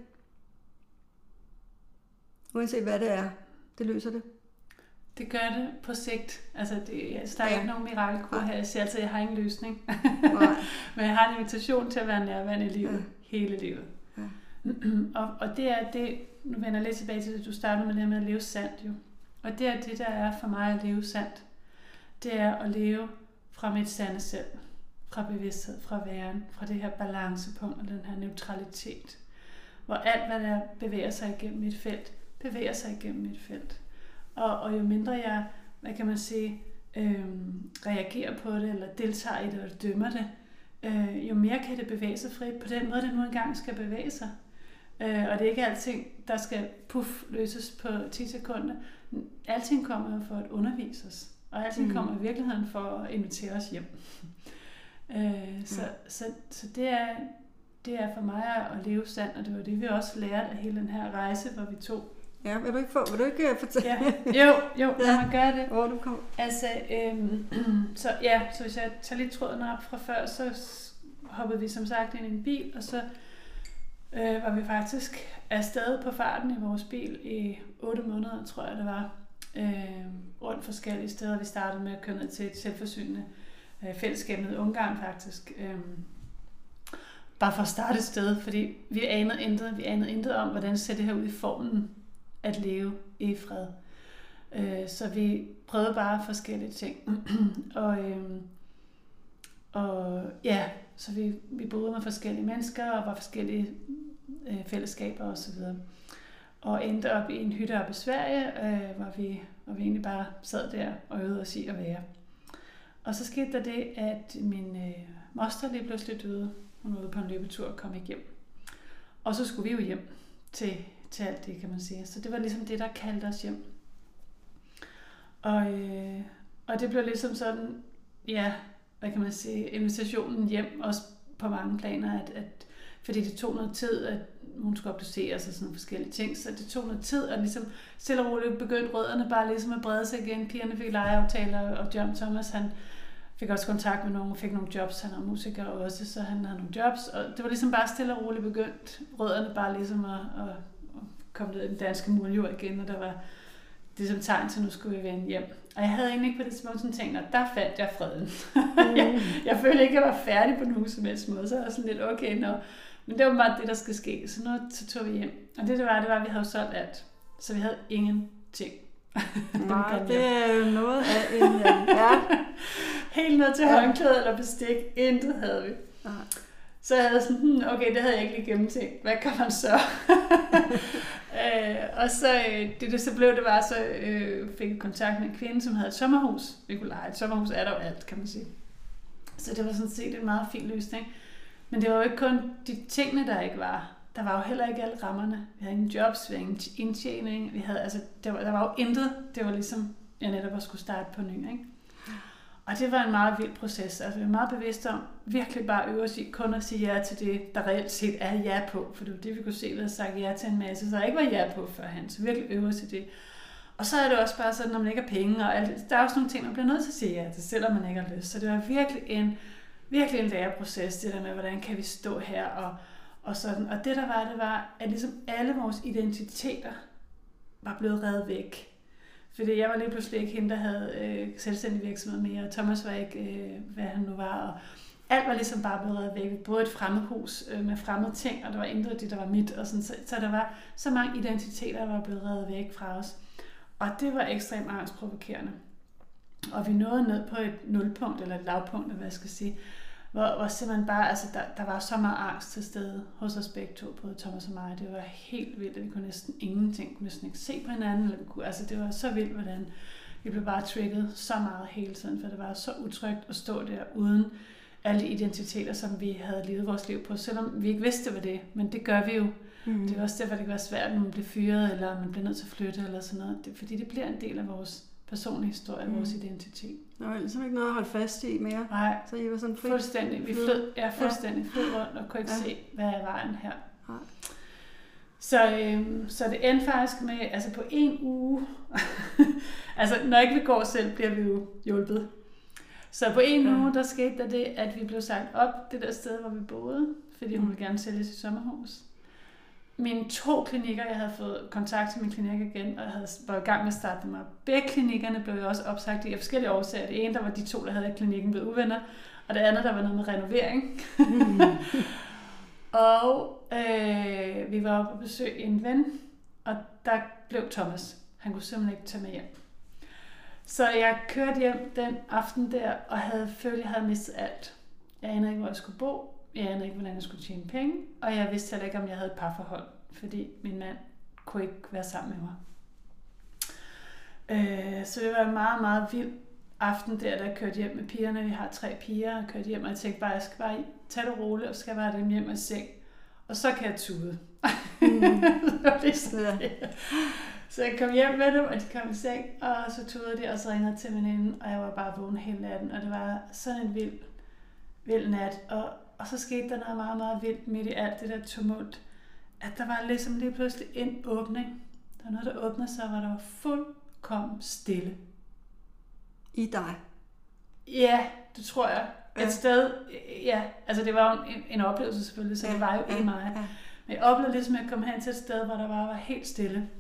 uanset hvad det er, det løser det. Det gør det på sigt. Altså, det, altså der er ja. ikke nogen mirakelkur her. Jeg siger altid, at jeg har ingen løsning. Men jeg har en invitation til at være nærværende i livet. Ja. Hele livet. Ja. og, og det er det, nu vender jeg lidt tilbage til det, du startede med det med at leve sandt jo. Og det er det, der er for mig at leve sandt. Det er at leve fra mit sande selv. Fra bevidsthed, fra væren, fra det her balancepunkt og den her neutralitet. Hvor alt, hvad der bevæger sig igennem mit felt, bevæger sig igennem mit felt. Og, og jo mindre jeg, hvad kan man sige, øh, reagerer på det, eller deltager i det, eller dømmer det, øh, jo mere kan det bevæge sig frit på den måde, det nu engang skal bevæge sig. Øh, og det er ikke alting, der skal puff løses på ti sekunder. Alting kommer jo for at undervise os, og alting mm. kommer i virkeligheden for at invitere os hjem. øh, så, mm. så, så det er, det er for mig at leve sandt, og det var det, vi også lærte af hele den her rejse, hvor vi tog. Ja, vil du ikke, få, vil du ikke fortælle? Ja. Jo, jo, lad mig gøre det. Hvor du kom. Altså, øhm, så ja, så hvis jeg tager lidt tråden op fra før, så hoppede vi som sagt ind i en bil, og så øh, var vi faktisk afsted på farten i vores bil i otte måneder, tror jeg det var, øh, rundt forskellige steder. Vi startede med at køre ned til et selvforsynende øh, fællesskab nede i Ungarn faktisk. Øh, bare for at starte et sted, fordi vi anede intet, vi anede intet om, hvordan ser det her ud i formen at leve i fred. Øh, så vi prøvede bare forskellige ting. og, øh, og ja, så vi, vi boede med forskellige mennesker og var forskellige øh, fællesskaber og så videre. Og endte op i en hytte op i Sverige, øh, hvor, vi, hvor vi egentlig bare sad der og øvede os i at være. Og så skete der det, at min øh, moster lige pludselig døde. Hun var ude på en løbetur og kom ikke hjem. Og så skulle vi jo hjem til til alt det, kan man sige. Så det var ligesom det, der kaldte os hjem. Og, øh, og det blev ligesom sådan, ja, hvad kan man sige, invitationen hjem, også på mange planer, at, at fordi det tog noget tid, at hun skulle obduceres og sådan nogle forskellige ting, så det tog noget tid, og ligesom stille og roligt begyndte rødderne bare ligesom at brede sig igen. Pigerne fik legeaftaler, og John Thomas, han fik også kontakt med nogen og fik nogle jobs. Han er musiker også, så han havde nogle jobs, og det var ligesom bare stille og roligt begyndt rødderne bare ligesom at, at kom ned i den danske murjord igen, og der var ligesom tegn til, nu skulle vi vende hjem. Og jeg havde egentlig ikke på det tidspunkt sådan tænkt, at der fandt jeg freden. Mm. jeg, jeg følte ikke, at jeg var færdig på nogen som helst måde, så jeg var sådan lidt okay, no. Men det var bare det, der skal ske. Så nu så tog vi hjem. Og det, det var, det var, at vi havde solgt alt. Så vi havde ingenting. Nej, det er jo noget af en... Ja. Helt ned til ja. håndklæde eller bestik. Intet havde vi. Ja. Så jeg havde sådan, hmm, okay, det havde jeg ikke lige gennemtænkt. Hvad kan man så? øh, og så det, det så blev, det var, så øh, fik jeg kontakt med en kvinde, som havde et sommerhus. Vi kunne lege. Et sommerhus er der jo alt, kan man sige. Så det var sådan set en meget fin løsning. Men det var jo ikke kun de tingene, der ikke var. Der var jo heller ikke alle rammerne. Vi havde ingen jobs, vi havde ingen indtjening. Vi havde, altså, der, var, der var jo intet. Det var ligesom, jeg netop var skulle starte på ny, ikke? Og det var en meget vild proces. Altså, vi var meget bevidste om virkelig bare øve os i kun at sige ja til det, der reelt set er ja på. For det var det, vi kunne se, ved at sagt ja til en masse, så der ikke var ja på førhen. Så virkelig øve os i det. Og så er det også bare sådan, når man ikke har penge og alt. Der er også nogle ting, man bliver nødt til at sige ja til, selvom man ikke har lyst. Så det var virkelig en, virkelig en læreproces, det der med, hvordan kan vi stå her og, og sådan. Og det der var, det var, at ligesom alle vores identiteter var blevet revet væk. Fordi jeg var lige pludselig ikke hende, der havde øh, selvstændig virksomhed mere, og Thomas var ikke, øh, hvad han nu var, og alt var ligesom bare blevet reddet væk. Vi boede et fremmed hus øh, med fremmede ting, og der var intet af det, der var mit, og sådan, så, så der var så mange identiteter, der var blevet reddet væk fra os. Og det var ekstremt angstprovokerende. Og vi nåede ned på et nulpunkt, eller et lavpunkt, eller hvad jeg skal sige, hvor, hvor simpelthen bare, altså der, der var så meget angst til stede hos os begge to, både Thomas og mig. Det var helt vildt, at vi kunne næsten ingenting, kunne næsten ikke se på hinanden, eller vi kunne, altså det var så vildt, hvordan vi blev bare trigget så meget hele tiden, for det var så utrygt at stå der uden alle de identiteter, som vi havde levet vores liv på, selvom vi ikke vidste, hvad det var det. Men det gør vi jo. Mm. Det er også derfor, det kan være svært, når man bliver fyret, eller man bliver nødt til at flytte, eller sådan noget. Det, fordi det bliver en del af vores personlige historie, mm. vores identitet. Der var ligesom ikke noget at holde fast i mere. Nej, så I var sådan fri. Fuldstændig. Vi flød, ja, fuldstændig ja. flød rundt og kunne ikke ja. se, hvad er vejen her. Nej. Så, øhm, så det endte faktisk med, altså på en uge, altså når ikke vi går selv, bliver vi jo hjulpet. Så på en ja. uge, der skete der det, at vi blev sagt op det der sted, hvor vi boede, fordi hun ville gerne sælge sit sommerhus. Mine to klinikker, jeg havde fået kontakt til min klinik igen, og jeg havde været i gang med at starte dem op. Begge klinikkerne blev jo også opsagt i forskellige årsager. Det ene, der var de to, der havde i klinikken, blevet uvenner, og det andet, der var noget med renovering. Mm. og øh, vi var oppe og besøge en ven, og der blev Thomas. Han kunne simpelthen ikke tage med hjem. Så jeg kørte hjem den aften der, og havde følt, at jeg havde mistet alt. Jeg anede ikke, hvor jeg skulle bo. Jeg anede ikke, hvordan jeg skulle tjene penge. Og jeg vidste heller ikke, om jeg havde et parforhold. Fordi min mand kunne ikke være sammen med mig. Øh, så det var en meget, meget vild aften der, da jeg kørte hjem med pigerne. Vi har tre piger, og kørte hjem, og jeg tænkte bare, jeg skal bare tage det roligt, og skal bare have dem hjem i seng. Og så kan jeg tude. Mm. det det. Så jeg kom hjem med dem, og de kom i seng, og så tudede de, og så ringede til veninden, og jeg var bare vågen hele natten. Og det var sådan en vild, vild nat. Og Og så skete der noget meget, meget vildt midt i alt det der tumult, at der var ligesom lige pludselig en åbning. Der var noget, der åbnede sig, hvor der var fuldkommen stille. I dig? Ja, det tror jeg. Ja. Et sted, ja, altså det var jo en, en oplevelse selvfølgelig, så ja. det var jo ja. i mig. Ja. Men jeg oplevede ligesom, at jeg kom hen til et sted, hvor der bare var helt stille.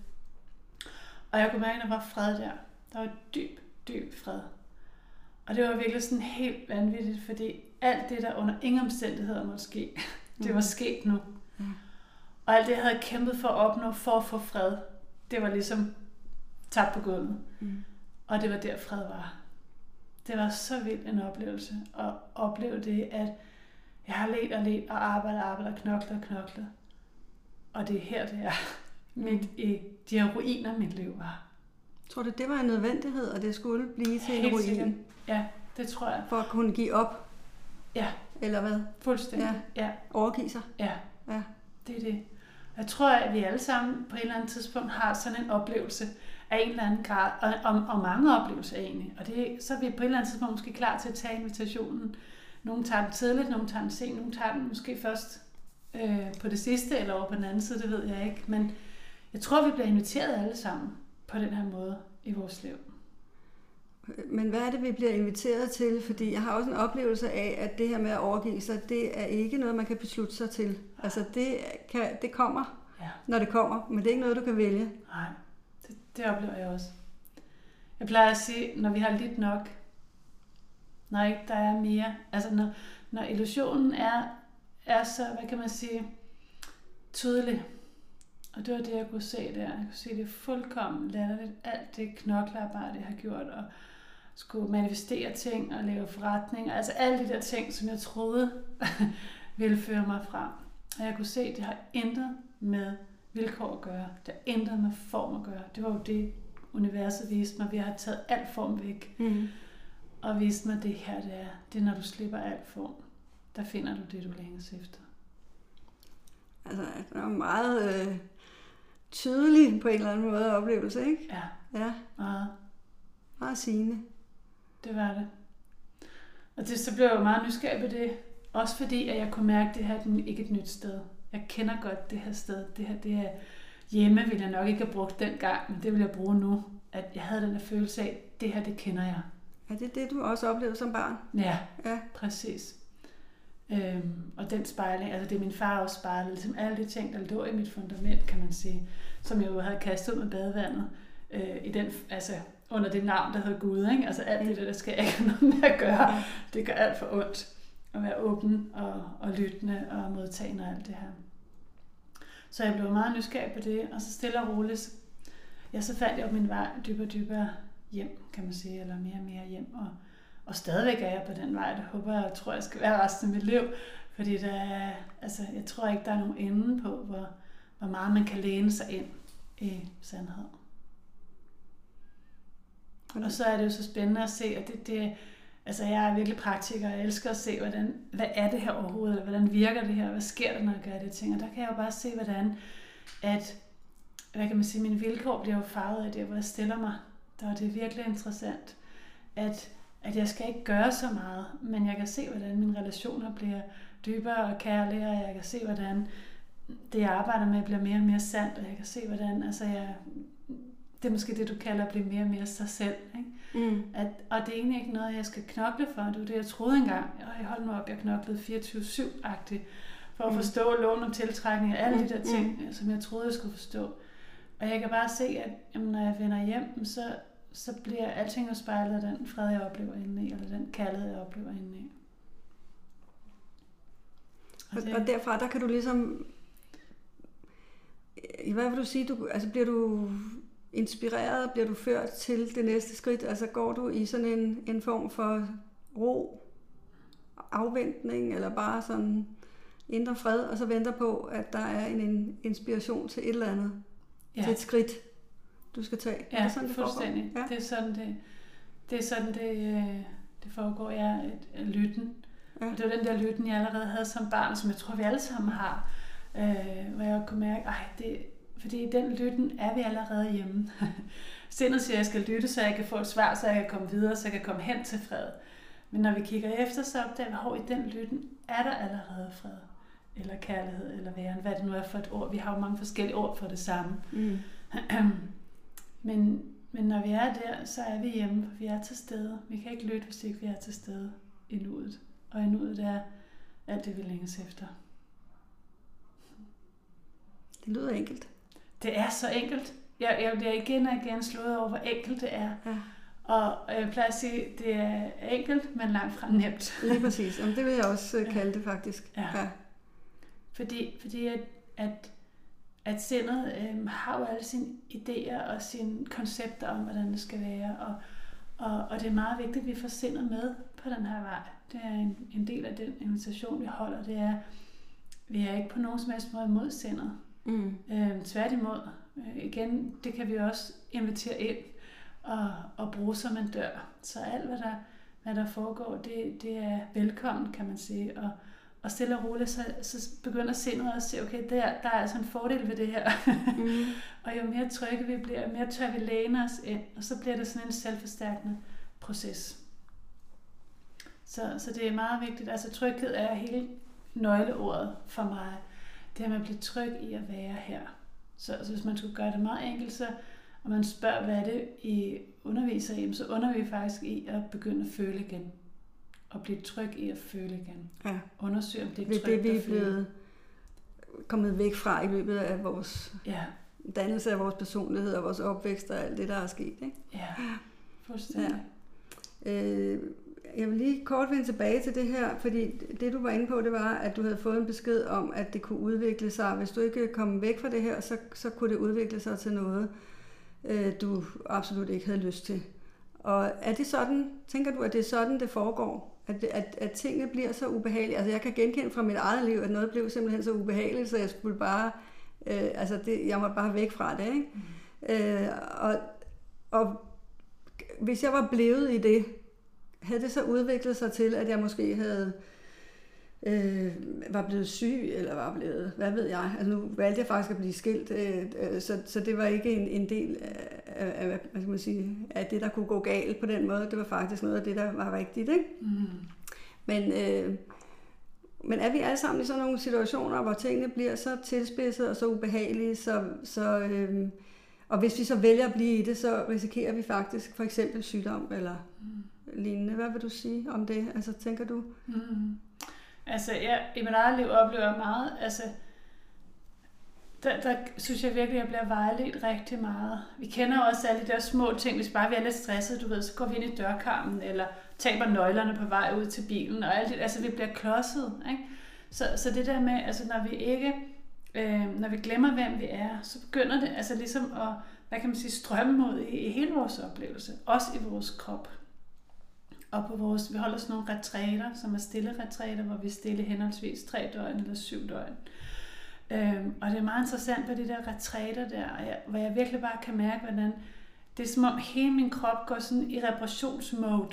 Og jeg kunne mærke, at der var fred der. Der var dyb, dyb fred. Og det var virkelig sådan helt vanvittigt, fordi alt det, der under ingen omstændigheder måtte ske, det var sket nu. Mm. Og alt det, jeg havde kæmpet for at opnå, for at få fred, det var ligesom tabt på gulvet. Mm. Og det var der, fred var. Det var så vild en oplevelse at opleve det, at jeg har let og let og arbejdet og arbejdet og knoklet og knoklet. Og det er her, det er midt i de her ruiner, mit liv var. Tror du, det var en nødvendighed, og det skulle blive til en ruin? Ja, det tror jeg. For at kunne give op? Ja. Eller hvad? Fuldstændig. Ja. ja. Overgive sig? Ja. ja, det er det. Jeg tror, at vi alle sammen på et eller andet tidspunkt har sådan en oplevelse af en eller anden grad, og, og, og mange oplevelser egentlig. Og det, så er vi på et eller andet tidspunkt måske klar til at tage invitationen. Nogle tager den tidligt, nogle tager den sent, nogle tager den måske først øh, på det sidste, eller over på den anden side, det ved jeg ikke. Men jeg tror, vi bliver inviteret alle sammen på den her måde i vores liv. Men hvad er det, vi bliver inviteret til? Fordi jeg har også en oplevelse af, at det her med at overgive sig, det er ikke noget, man kan beslutte sig til. Altså det, kan, det kommer, ja. når det kommer, men det er ikke noget, du kan vælge. Nej, det, det oplever jeg også. Jeg plejer at sige, når vi har lidt nok, når ikke der er mere, altså når, når illusionen er, er så, hvad kan man sige, tydelig. Og det var det, jeg kunne se der. Jeg kunne se det fuldkommen latterligt. Alt det knoklearbejde, jeg har gjort, og skulle manifestere ting og lave forretninger. Altså alle de der ting, som jeg troede ville føre mig frem. Og jeg kunne se, at det har intet med vilkår at gøre. Det har intet med form at gøre. Det var jo det, universet viste mig. Vi har taget alt form væk. Mm. Og viste mig, at det her det er. Det er, når du slipper alt form. Der finder du det, du længes efter. Altså, det var meget øh, tydelig på en eller anden måde oplevelse, ikke? Ja, ja. meget. Meget sigende. Det var det. Og det, så blev jeg jo meget nysgerrig på det. Også fordi, at jeg kunne mærke, at det her er ikke et nyt sted. Jeg kender godt det her sted. Det her, det her hjemme ville jeg nok ikke have brugt dengang, men det vil jeg bruge nu. At jeg havde den her følelse af, at det her, det kender jeg. Er det det, du også oplevede som barn? Ja, ja. Præcis. Øhm, og den spejling, altså det min far også spejlede, ligesom alle de ting, der lå i mit fundament, kan man sige, som jeg jo havde kastet ud med badevandet, øh, i den, altså under det navn, der hedder Gud, ikke? Altså alt det der, der skal jeg ikke have noget med at gøre. Det gør alt for ondt at være åben og, og lyttende og modtagende og alt det her. Så jeg blev meget nysgerrig på det, og så stille og roligt, ja, så fandt jeg jo min vej dybere og dybere hjem, kan man sige, eller mere og mere hjem, og Og stadigvæk er jeg på den vej. Det håber jeg, tror jeg skal være resten af mit liv. Fordi der er, altså, jeg tror ikke, der er nogen ende på, hvor, hvor meget man kan læne sig ind i sandhed. Mm. Og så er det jo så spændende at se, at det, det, altså jeg er virkelig praktiker, og jeg elsker at se, hvordan, hvad er det her overhovedet, eller hvordan virker det her, hvad sker der, når jeg gør det ting, og der kan jeg jo bare se, hvordan, at, hvad kan man sige, mine vilkår bliver jo farvet af det, hvor jeg stiller mig, der det er virkelig interessant, at, at jeg skal ikke gøre så meget, men jeg kan se, hvordan mine relationer bliver dybere og kærligere, og jeg kan se, hvordan det, jeg arbejder med, bliver mere og mere sandt, og jeg kan se, hvordan, altså jeg, det er måske det, du kalder at blive mere og mere sig selv, ikke? Mm. At, og det er egentlig ikke noget, jeg skal knokle for, det var det, jeg troede engang, og jeg holdt nu op, jeg knoklede fireogtyve syv-agtigt, for at forstå mm. lån om tiltrækning og alle de der ting, mm. som jeg troede, jeg skulle forstå. Og jeg kan bare se, at jamen, når jeg vender hjem, så, så bliver alting jo spejlet af den fred, jeg oplever indeni, eller den kærlighed, jeg oplever indeni. Og, det, og derfra, der kan du ligesom, hvad vil du sige, du, altså bliver du inspireret, bliver du ført til det næste skridt, altså går du i sådan en, en form for ro, afventning, eller bare sådan indre fred, og så venter på, at der er en, en inspiration til et eller andet, ja. Til et skridt, du skal tage. Ja, er det sådan, det fuldstændig. Ja. Det er sådan, det, det, er sådan, det, det foregår. Jeg er lytten. Ja. Og det var den der lytten, jeg allerede havde som barn, som jeg tror, vi alle sammen har, øh, hvor jeg kunne mærke, ej, det, fordi i den lytten er vi allerede hjemme. Sindet siger, at jeg skal lytte, så jeg kan få et svar, så jeg kan komme videre, så jeg kan komme hen til fred. Men når vi kigger efter, så opdager vi, hvor i den lytten er der allerede fred, eller kærlighed, eller væren, hvad det nu er for et ord. Vi har jo mange forskellige ord for det samme. Mm. men, men når vi er der, så er vi hjemme, for vi er til stede. Vi kan ikke lytte, hvis ikke vi er til stede i nuet. Og i nuet er alt det, vi længes efter. Det lyder enkelt. Det er så enkelt. Jeg, jeg bliver igen og igen slået over, hvor enkelt det er. Ja. Og jeg plejer at sige, at det er enkelt, men langt fra nemt. Lige præcis. Jamen, det vil jeg også ja. kalde det faktisk. Ja. Ja. Fordi, fordi at, at, at sindet øhm, har jo alle sine idéer og sine koncepter om, hvordan det skal være. Og, og, og det er meget vigtigt, at vi får sindet med på den her vej. Det er en, en del af den invitation, vi holder. Det er, vi er ikke på nogen som helst måde imod sindet. Mm. Øhm, tværtimod. Øh, igen, det kan vi også invitere ind og, og bruge som en dør. Så alt, hvad der, hvad der foregår, det, det er velkommen, kan man sige. Og, og stille og roligt, så, så begynder sindet at se, okay, der, der er altså en fordel ved det her. Mm. Og jo mere trygge vi bliver, jo mere tør vi læne os ind, og så bliver det sådan en selvforstærkende proces. Så, så det er meget vigtigt. Altså tryghed er hele nøgleordet for mig. Det er, at man bliver tryg i at være her. Så, så hvis man skulle gøre det meget enkelt, så og man spørger, hvad er det, I underviser i, så underviser vi faktisk i at begynde at føle igen. Og blive tryg i at føle igen. Ja. Undersøge, om det er trygt det, vi er blevet kommet væk fra i løbet af vores ja. dannelse af vores personlighed og vores opvækst og alt det, der er sket. Ikke? Ja, fuldstændig. Ja. Øh, jeg vil lige kort vende tilbage til det her, fordi det, du var inde på, det var, at du havde fået en besked om, at det kunne udvikle sig. Hvis du ikke kom væk fra det her, så, så kunne det udvikle sig til noget, øh, du absolut ikke havde lyst til. Og er det sådan, tænker du, at det er sådan, det foregår? At, at, at tingene bliver så ubehagelige? Altså jeg kan genkende fra mit eget liv, at noget blev simpelthen så ubehageligt, så jeg skulle bare, øh, altså det, jeg måtte bare væk fra det, ikke? Mm. Øh, og, og hvis jeg var blevet i det, havde det så udviklet sig til, at jeg måske havde øh, var blevet syg, eller var blevet, hvad ved jeg, altså nu valgte jeg faktisk at blive skilt, øh, øh, så, så det var ikke en, en del af, af, hvad skal man sige, af det, der kunne gå galt på den måde. Det var faktisk noget af det, der var rigtigt, ikke? Mm. Men, øh, men er vi alle sammen i sådan nogle situationer, hvor tingene bliver så tilspidset og så ubehagelige, så, så øh, og hvis vi så vælger at blive i det, så risikerer vi faktisk for eksempel sygdom eller mm. lignende. Hvad vil du sige om det? Altså, tænker du? Mm. Altså, jeg, i mit eget liv oplever jeg meget, altså, der, der synes jeg virkelig, at jeg bliver vejledt rigtig meget. Vi kender jo også alle de der små ting, hvis bare vi er lidt stressede, du ved, så går vi ind i dørkarmen, eller taber nøglerne på vej ud til bilen, og alt det, altså vi bliver klodset, ikke? Så, så det der med, altså når vi ikke, øh, når vi glemmer, hvem vi er, så begynder det altså ligesom at, hvad kan man sige, strømme mod i, i hele vores oplevelse, også i vores krop. Og på vores, vi holder sådan nogle retræter, som er stille retræter, hvor vi er stille henholdsvis tre døgn eller syv døgn. Øhm, og det er meget interessant ved de der retræter der, jeg, hvor jeg virkelig bare kan mærke, hvordan det er som om hele min krop går sådan i reparationsmode.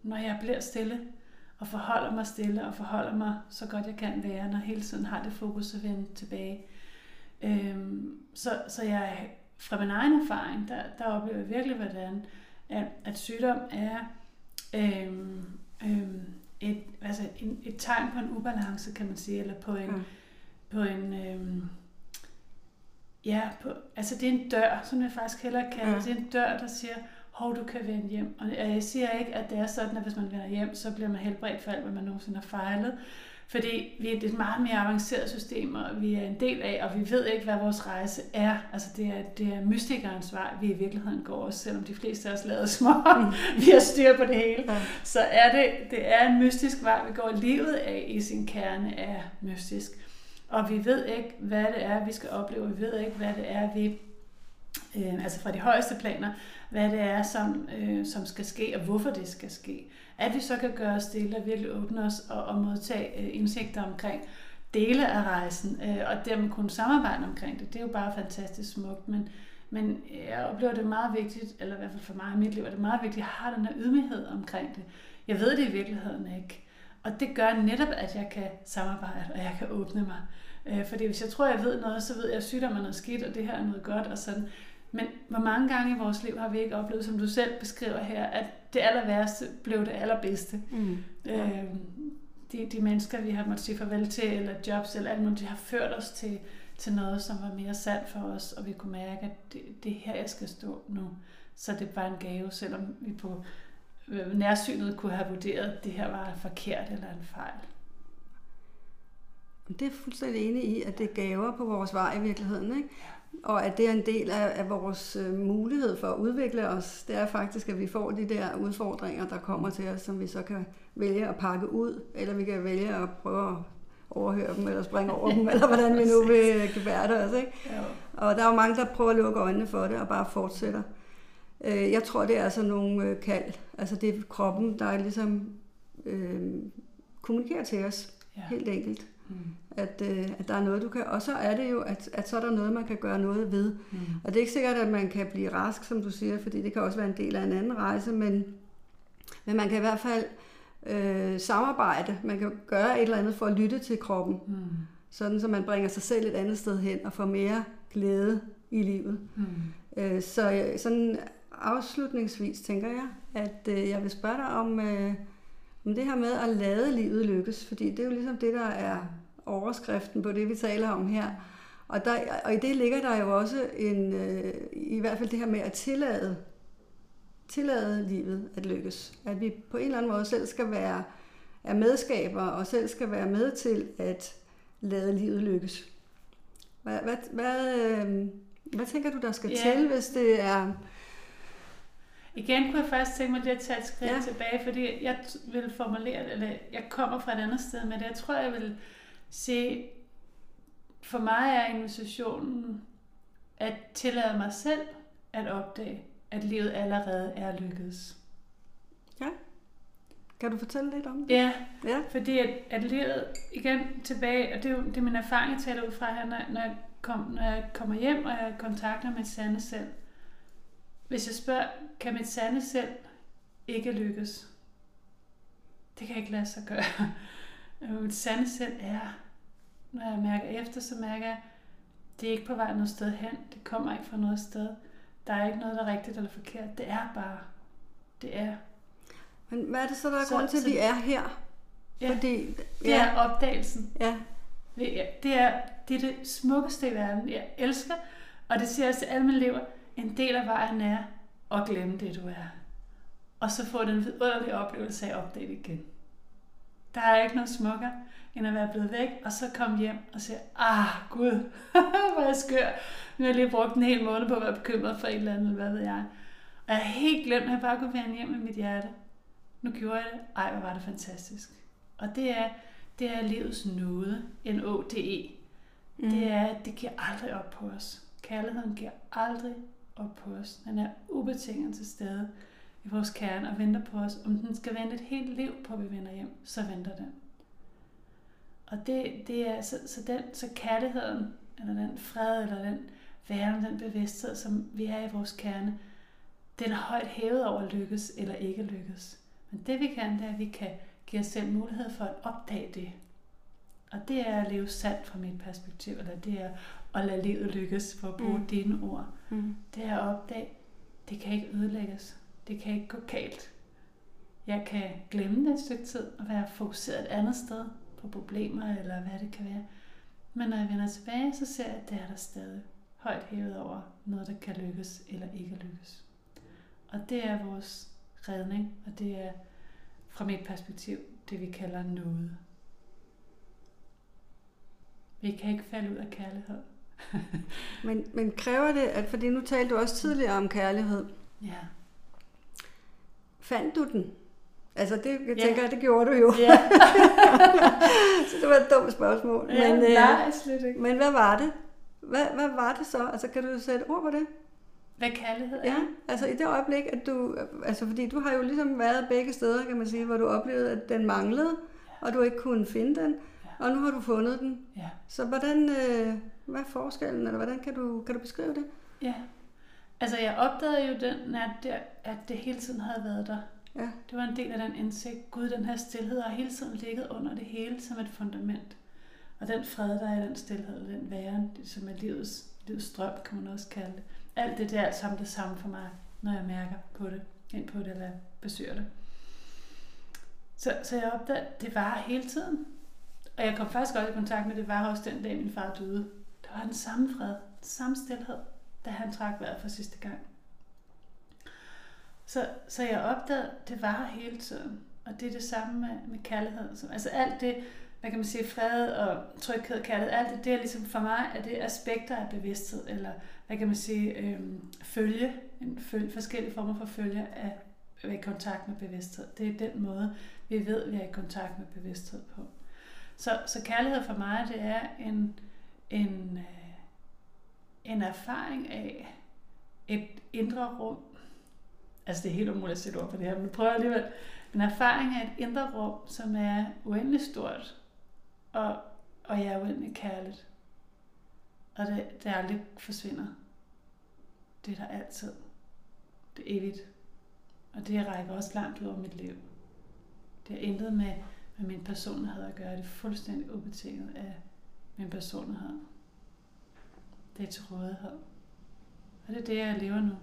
når jeg bliver stille, og forholder mig stille, og forholder mig så godt jeg kan være, når hele tiden har det fokus at vende tilbage. Øhm, så, så jeg, fra min egen erfaring, der, der oplever jeg virkelig, hvordan at, at sygdom er øhm, øhm, et, altså en, et tegn på en ubalance, kan man sige, eller på en, mm. på en øhm, ja, på, altså det er en dør, som jeg faktisk hellere kalder det. Det er en dør, der siger, hov, du kan vende hjem. Og jeg siger ikke, at det er sådan, at hvis man vender hjem, så bliver man helbredt for alt, hvad man nogensinde har fejlet. Fordi vi er et meget mere avanceret system, og vi er en del af, og vi ved ikke, hvad vores rejse er. Altså det er, det er mystikernes vej, vi i virkeligheden går også, selvom de fleste af os lader små, vi har styr på det hele. Ja. Så er det, det er en mystisk vej, vi går livet af i sin kerne er mystisk. Og vi ved ikke, hvad det er, vi skal opleve. Vi ved ikke, hvad det er, vi, øh, altså fra de højeste planer, hvad det er, som, øh, som skal ske, og hvorfor det skal ske. At vi så kan gøre os stille og virkelig åbne os og, og modtage øh, indsigter omkring dele af rejsen, øh, og dermed kunne samarbejde omkring det. Det er jo bare fantastisk smukt, men, men jeg oplever det meget vigtigt, eller i hvert fald for mig i mit liv, at det er meget vigtigt, at jeg har den her ydmyghed omkring det. Jeg ved det i virkeligheden ikke. Og det gør netop, at jeg kan samarbejde, og jeg kan åbne mig. Øh, fordi hvis jeg tror, jeg ved noget, så ved jeg, at sygdom er noget skidt, og det her er noget godt, og sådan. Men hvor mange gange i vores liv har vi ikke oplevet, som du selv beskriver her, at det aller værste blev det allerbedste. Mm. Ja. Øh, de, de mennesker, vi har måttet sige farvel til, eller jobs, eller alt muligt, de har ført os til, til noget, som var mere sandt for os, og vi kunne mærke, at det, det er her, jeg skal stå nu. Så det var en gave, selvom vi på nærsynet kunne have vurderet, at det her var forkert eller en fejl. Det er fuldstændig enig i, at det er gaver på vores vej i virkeligheden, ikke? Og at det er en del af, af vores øh, mulighed for at udvikle os. Det er faktisk, at vi får de der udfordringer, der kommer til os, som vi så kan vælge at pakke ud, eller vi kan vælge at prøve at overhøre dem, eller springe over dem, eller hvordan vi nu vil gebærde os, ikke? Ja. Og der er jo mange, der prøver at lukke øjnene for det, og bare fortsætter. Jeg tror, det er sådan nogle kald. Altså det er kroppen, der ligesom øh, kommunikerer til os, ja. Helt enkelt. Mm. At, øh, at der er noget, du kan... Og så er det jo, at, at så er der noget, man kan gøre noget ved. Mm. Og det er ikke sikkert, at man kan blive rask, som du siger, fordi det kan også være en del af en anden rejse, men, men man kan i hvert fald øh, samarbejde. Man kan gøre et eller andet for at lytte til kroppen. Mm. Sådan, så man bringer sig selv et andet sted hen og får mere glæde i livet. Mm. Øh, så sådan afslutningsvis tænker jeg, at øh, jeg vil spørge dig om, øh, om det her med at lade livet lykkes, fordi det er jo ligesom det, der er overskriften på det, vi taler om her. Og, der, og i det ligger der jo også en, øh, i hvert fald det her med at tillade, tillade livet at lykkes. At vi på en eller anden måde selv skal være er medskaber og selv skal være med til at lade livet lykkes. Hvad, hvad, hvad, øh, hvad tænker du, der skal yeah. til, hvis det er... Igen kunne jeg faktisk tænke mig lidt at tage et skridt ja. tilbage, fordi jeg vil formulere det, eller jeg kommer fra et andet sted med det. Jeg tror, jeg vil sige, for mig er invitationen at tillade mig selv at opdage, at livet allerede er lykkedes. Ja. Kan du fortælle lidt om det? Ja, ja. Fordi at, at livet, igen tilbage, og det er jo det er min erfaring, jeg taler ud fra her, når, når, jeg kom, når jeg kommer hjem, og jeg kontakter mit sande selv. Hvis jeg spørger, kan mit sande selv ikke lykkes? Det kan ikke lade sig gøre. Mit sande selv er, når jeg mærker efter, så mærker jeg, det er ikke på vej noget sted hen. Det kommer ikke fra noget sted. Der er ikke noget, der er rigtigt eller forkert. Det er bare, det er. Men hvad er det så, der er så, grund til, at vi er her? Ja, Fordi, det ja. er opdagelsen. Ja. Det er, det er det, er det smukkeste i verden. Jeg elsker, og det siger jeg til alle mine elever, en del af vejen er at glemme det, du er. Og så få den vidunderlige oplevelse af at opdage det igen. Der er ikke noget smukkere, end at være blevet væk, og så komme hjem og sige, ah, Gud, hvor er jeg skør. Nu har jeg lige brugt en hel måned på at være bekymret for et eller andet, hvad ved jeg. Og jeg har helt glemt, at jeg bare kunne være hjem med mit hjerte. Nu gjorde jeg det. Ej, hvor var det fantastisk. Og det er, det er livets nåde, N O D E. Mm. Det er, at det giver aldrig op på os. Kærligheden giver aldrig op på os. Den er ubetinget til stede i vores kerne og venter på os. Om den skal vente et helt liv på, at vi vender hjem, så venter den. Og det, det er, så, så, den, så kærligheden, eller den fred, eller den væren, den bevidsthed, som vi er i vores kerne, den er højt hævet over at lykkes eller ikke lykkes. Men det vi kan, det er, at vi kan give os selv mulighed for at opdage det. Og det er at leve sandt fra mit perspektiv, eller det er at lade livet lykkes, for at bruge mm. dine ord. Mm. Det er at opdage, det kan ikke ødelægges. Det kan ikke gå galt. Jeg kan glemme det et stykke tid og være fokuseret et andet sted på problemer, eller hvad det kan være. Men når jeg vender tilbage, så ser jeg, at det er der stadig højt hævet over noget, der kan lykkes eller ikke lykkes. Og det er vores redning, og det er fra mit perspektiv det, vi kalder nåde. Vi kan ikke falde ud af kærlighed. men, men kræver det, at fordi nu talte du også tidligere om kærlighed. Ja. Fandt du den? Altså det, jeg ja. tænker, det gjorde du jo. Ja. Så det var et dumt spørgsmål. Ja, men, nej, øh, slet ikke. Men hvad var det? Hvad, hvad var det så? Altså kan du sætte ord på det? Hvad kærlighed er? Ja, altså i det øjeblik, at du, altså fordi du har jo ligesom været begge steder, kan man sige, hvor du oplevede, at den manglede, ja. Og du ikke kunne finde den, ja. Og nu har du fundet den. Ja. Så hvordan, øh, hvad er forskellen, eller hvordan kan du, kan du beskrive det? Ja, altså jeg opdagede jo den nat der, at det hele tiden havde været der. Ja. Det var en del af den indsigt. Gud, den her stilhed har hele tiden ligget under det hele som et fundament. Og den fred, der er i den stilhed, den væren, som er livets, livets strøm, kan man også kalde det. Alt det, det er alt sammen det samme for mig, når jeg mærker på det, ind på det, eller besøger det. Så, så jeg opdagede, at det var hele tiden. Og jeg kom faktisk også i kontakt med, det var også den dag, min far døde. Det var den samme fred, den samme stilhed, da han trak vejret for sidste gang. Så, så jeg opdagede, at det var hele tiden. Og det er det samme med, med kærlighed. Altså alt det, hvad kan man sige, fred og tryghed og kærlighed, alt det, det er ligesom for mig, at det er aspekter af bevidsthed, eller hvad kan man sige, øhm, følge, en følge, forskellige former for følge af at være i kontakt med bevidsthed. Det er den måde, vi ved, at vi er i kontakt med bevidsthed på. Så, så kærlighed for mig, det er en, en, en erfaring af et indre rum. Altså det er helt umuligt at sætte ord på det her, men prøver alligevel. En erfaring af et indre rum, som er uendelig stort, og, og jeg er uendelig kærligt. Og det, det aldrig forsvinder. Det er der altid. Det er evigt. Og det rækker også langt ud over mit liv. Det har intet med, med min personlighed at gøre. Det er fuldstændig ubetinget af min personlighed. Det er til rådighed. Og det er det, jeg lever nu.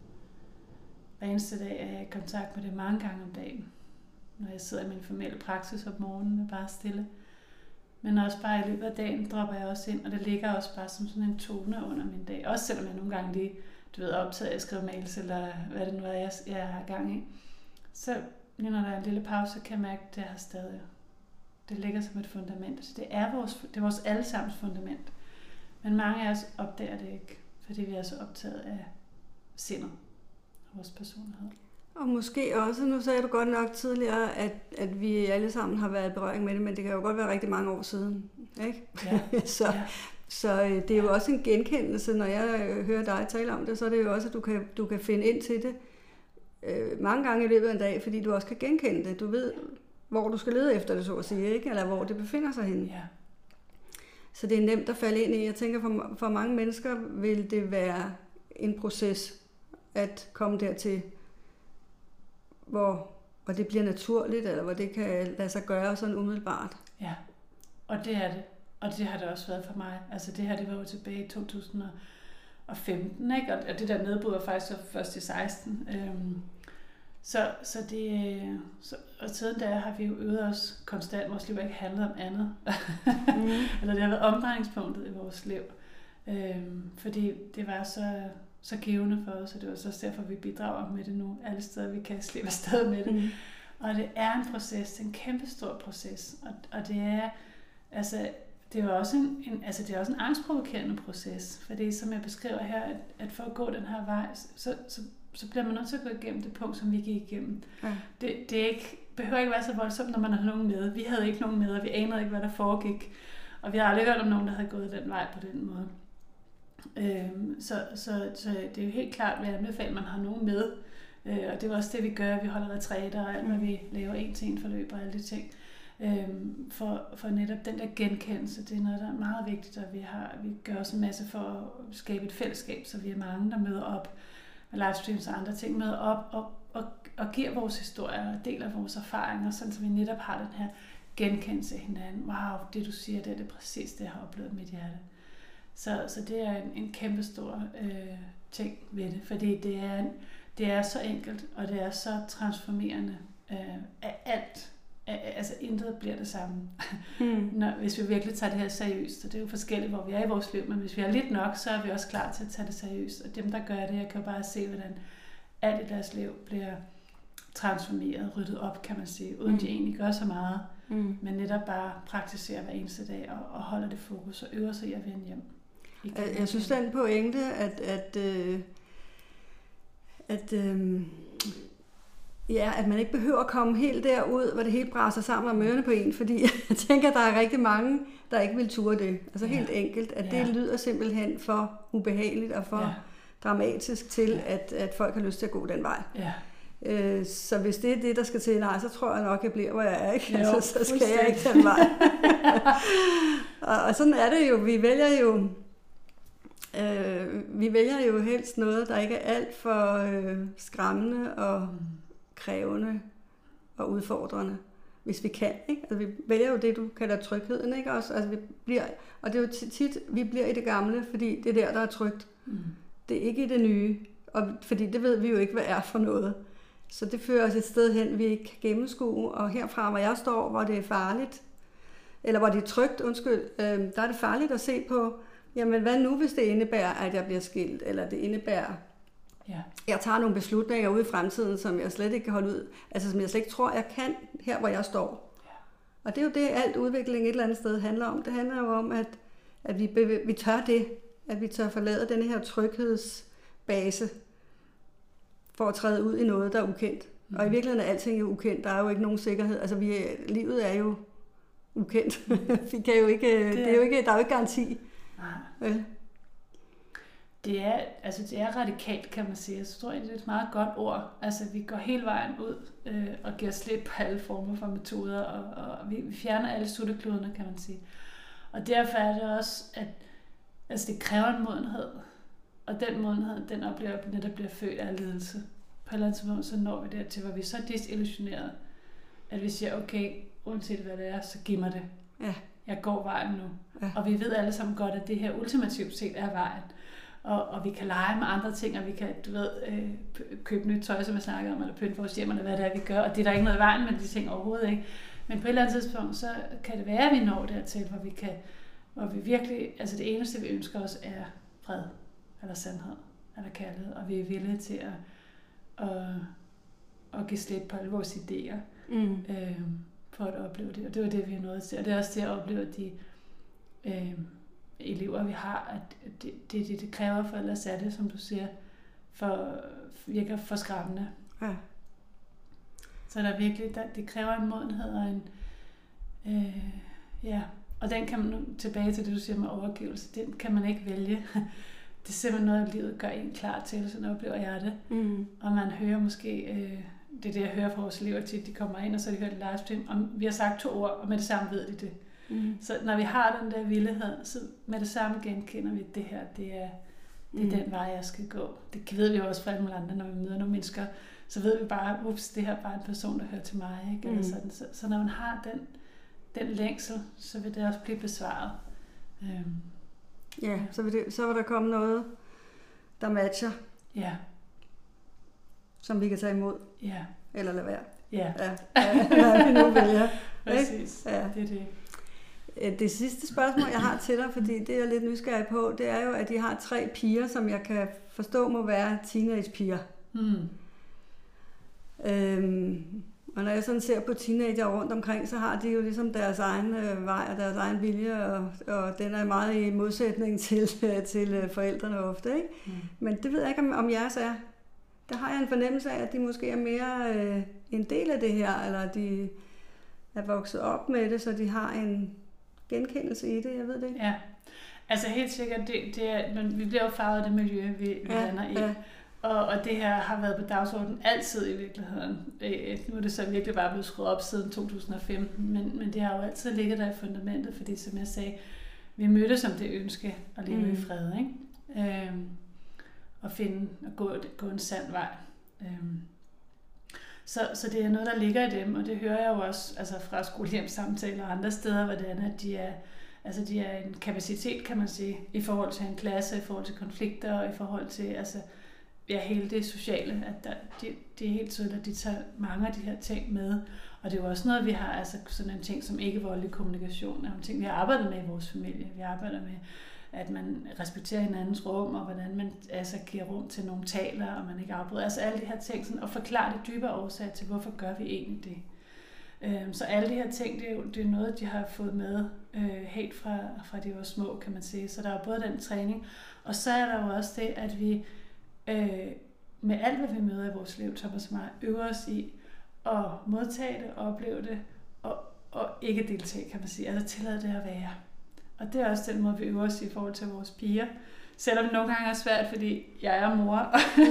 Hver eneste dag er jeg i kontakt med det mange gange om dagen. Når jeg sidder i min formelle praksis om morgenen og bare stille. Men også bare i løbet af dagen dropper jeg også ind, og det ligger også bare som sådan en tone under min dag. Også selvom jeg nogle gange lige, du ved, optaget at skrive mails, eller hvad det nu er, jeg, jeg har gang i. Så lige når der er en lille pause, så kan jeg mærke, at det er stadig. Det ligger som et fundament. Så det er vores, det er vores allesammens fundament. Men mange af os opdager det ikke, fordi vi er så optaget af sindet og vores personlighed. Og måske også, nu sagde du godt nok tidligere, at, at vi alle sammen har været i berøring med det, men det kan jo godt være rigtig mange år siden, ikke? Ja. så, ja. så det er jo også en genkendelse, når jeg hører dig tale om det, så er det jo også, at du kan, du kan finde ind til det øh, mange gange i løbet af en dag, fordi du også kan genkende det. Du ved, hvor du skal lede efter det, så at sige, ikke? Eller hvor det befinder sig henne. Ja. Så det er nemt at falde ind i. Jeg tænker, for, for mange mennesker vil det være en proces at komme dertil, hvor, hvor det bliver naturligt, eller hvor det kan lade sig gøre sådan umiddelbart. Ja, og det er det. Og det har det også været for mig. Altså det her, det var jo tilbage i to tusind og femten, ikke? Og det der nedbrud var faktisk først i seksten. Øhm, så, så det, så, og siden da har vi jo øvet os konstant. Vores liv har ikke handlet om andet. Mm. Eller det har været omdrejningspunktet i vores liv. Øhm, fordi det var så... så givende for os, og det var så derfor, vi bidrager med det nu. Alle steder, vi kan slippe afsted med det. Mm. Og det er en proces, det er en kæmpe stor proces. Og, og det er, altså, det er også en, en, altså, det er også en angstprovokerende proces. Fordi som jeg beskriver her, at, at for at gå den her vej, så, så, så bliver man nødt til at gå igennem det punkt, som vi gik igennem. Ja. Det, det er ikke, behøver ikke være så voldsomt, når man har nogen med. Vi havde ikke nogen med, og vi anede ikke, hvad der foregik. Og vi har aldrig hørt om nogen, der havde gået den vej på den måde. Øhm, så, så, så det er jo helt klart, at jeg anbefaler, at man har nogen med. Øh, og det er også det, vi gør. Vi holder retræter og alt, hvad vi laver en til en forløb og alle de ting. Øhm, for, for netop den der genkendelse, det er noget, der er meget vigtigt, og vi, har, vi gør også en masse for at skabe et fællesskab, så vi er mange, der møder op med livestreams og andre ting, møder op og, og, og giver vores historier og deler vores erfaringer, sådan så vi netop har den her genkendelse af hinanden. Wow, det du siger, det er det præcis det, jeg har oplevet i mit hjerte. Så, så det er en, en kæmpe stor øh, ting ved det, fordi det er, det er så enkelt, og det er så transformerende øh, af alt. Altså intet bliver det samme, mm. Når, hvis vi virkelig tager det her seriøst. Og det er jo forskelligt, hvor vi er i vores liv, men hvis vi er lidt nok, så er vi også klar til at tage det seriøst. Og dem, der gør det, jeg kan jo bare se, hvordan alt i deres liv bliver transformeret, ryddet op, kan man sige, uden mm. de egentlig gør så meget, mm. men netop bare praktiserer hver eneste dag og, og holder det fokus og øver sig i at vende hjem. Jeg, jeg synes, den pointe, at, at, øh, at øh, ja, at man ikke behøver at komme helt derud, hvor det hele braser sammen og mørne på en, fordi jeg tænker, at der er rigtig mange, der ikke vil ture det. Altså ja. Helt enkelt, at ja. Det lyder simpelthen for ubehageligt og for ja. Dramatisk til, ja. at, at folk har lyst til at gå den vej. Ja. Øh, så hvis det er det, der skal til, nej, så tror jeg nok, jeg bliver, hvor jeg er. Ikke? Jo, altså, så skal jeg ikke den vej. og, og sådan er det jo. Vi vælger jo øh, vi vælger jo helst noget, der ikke er alt for øh, skræmmende og mm. krævende og udfordrende, hvis vi kan, ikke? Altså vi vælger jo det, du kalder trygheden, ikke også? Altså vi bliver, og det er jo tit, vi bliver i det gamle, fordi det er der, der er trygt. Mm. Det er ikke i det nye, og fordi det ved vi jo ikke, hvad er for noget. Så det fører os et sted hen, vi ikke kan gennemskue, og herfra, hvor jeg står, hvor det er farligt, eller hvor det er trygt, undskyld, øh, der er det farligt at se på, jamen hvad nu, hvis det indebærer, at jeg bliver skilt, eller det indebærer, ja. Jeg tager nogle beslutninger ude i fremtiden, som jeg slet ikke kan holde ud, altså som jeg slet ikke tror, jeg kan, her hvor jeg står. Ja. Og det er jo det, alt udvikling et eller andet sted handler om. Det handler jo om, at, at vi, vi tør det, at vi tør forlade denne her tryghedsbase, for at træde ud i noget, der er ukendt. Mm. Og i virkeligheden er alting jo ukendt. Der er jo ikke nogen sikkerhed. Altså vi, livet er jo ukendt. vi kan jo ikke, det er, det er jo ikke, der er jo ikke garanti. Nej. Ja. Det er, altså det er radikalt, kan man sige. Jeg tror, det er et meget godt ord. Altså, vi går hele vejen ud øh, og giver slip på alle former for metoder, og, og vi, vi fjerner alle suttekluderne, kan man sige. Og derfor er det også, at altså, det kræver en modenhed. Og den modenhed, den oplever jeg netop bliver født af lidelse. På et eller andet tidspunkt, så når vi dertil, hvor vi er så desillusioneret, at vi siger, okay, uanset hvad det er, så giv mig det. Ja. Jeg går vejen nu. Ja. Og vi ved alle sammen godt, at det her ultimativt set er vejen. Og, og vi kan lege med andre ting, og vi kan, du ved, øh, købe nyt tøj, som jeg snakker om, eller pynte vores hjem, eller hvad det er, vi gør. Og det er der ikke noget i vejen med de ting overhovedet, ikke? Men på et eller andet tidspunkt, så kan det være, at vi når dertil, hvor vi kan, hvor vi virkelig, altså det eneste, vi ønsker os, er fred, eller sandhed, eller kærlighed, og vi er villige til at, at, at give slip på alle vores idéer, mm. øh, for at opleve det. Og det var det, vi er nået til. Og det er også det, at opleve de øh, elever, vi har, at det, det, det, det kræver, for ellers er det, som du siger, for, virker for skræmmende. Ja. Så der er virkelig, der, det kræver en modenhed og en, øh, ja, og den kan man nu, tilbage til det, du siger med overgivelse, den kan man ikke vælge. Det er simpelthen noget, livet gør en klar til, sådan oplever jeg det. Mm. Og man hører måske, øh, det er det, jeg hører fra vores elever tit, de kommer ind, og så har de hørt en livestream, og vi har sagt to ord, og med det samme ved de det. Mm. Så når vi har den der vildhed, så med det samme genkender vi, at det her, det er, det er mm. den vej, jeg skal gå. Det ved vi jo også fra alle andre, når vi møder nogle mennesker, så ved vi bare, ups, det her er bare en person, der hører til mig. Ikke? Eller sådan. Så, så når man har den, den længsel, så vil det også blive besvaret. Øhm, ja, ja. Så, vil det, så vil der komme noget, der matcher. Ja. Som vi kan tage imod. Ja. Eller lade være. Ja. Ja, ja, hvad vi nu vælger. Præcis, ja. Det er det. Det sidste spørgsmål, jeg har til dig, fordi det er jeg lidt nysgerrig på, det er jo, at de har tre piger, som jeg kan forstå må være teenagepiger. Mm. Øhm, og når jeg sådan ser på teenager rundt omkring, så har de jo ligesom deres egen øh, vej og deres egen vilje, og, og den er meget i modsætning til, til forældrene ofte, ikke? Mm. Men det ved jeg ikke, om, om jeres er. Der har jeg en fornemmelse af, at de måske er mere øh, en del af det her, eller de er vokset op med det, så de har en genkendelse i det, jeg ved det ikke. Ja, altså helt sikkert, det, det er, men vi bliver jo farvet af det miljø, vi, vi ja, lander i. Ja. Og, og det her har været på dagsordenen altid i virkeligheden. Øh, nu er det så virkelig bare blevet skruet op siden to tusind og femten, men, men det har jo altid ligget der i fundamentet, fordi som jeg sagde, vi mødtes om det ønske at leve mm. i fred, ikke? Øhm, og finde og gå, gå en sand vej. Øhm, Så, så det er noget, der ligger i dem, og det hører jeg jo også altså fra skolehjemssamtaler og andre steder, hvordan at de er, altså de er en kapacitet, kan man sige, i forhold til en klasse, i forhold til konflikter, og i forhold til altså, ja, hele det sociale, at der, de, det er helt tydeligt, at de tager mange af de her ting med. Og det er jo også noget, vi har, altså sådan en ting som ikke-voldelig kommunikation, nogle ting, vi har arbejdet med i vores familie. Vi arbejder med, at man respekterer hinandens rum, og hvordan man altså giver rum til nogle taler, og man ikke afbryder. Altså alle de her ting, sådan, og forklare de dybere årsager til, hvorfor gør vi egentlig det. Øhm, så alle de her ting, det er jo det er noget, de har fået med øh, helt fra, fra de var små, kan man sige. Så der er både den træning, og så er der jo også det, at vi øh, med alt, hvad vi møder i vores liv, Thomas og mig, øver os i at modtage det, opleve det, og, og ikke deltage, kan man sige. Altså tillade det at være. Og det er også den måde, vi øver os i forhold til vores piger. Selvom det nogle gange er svært, fordi jeg er mor.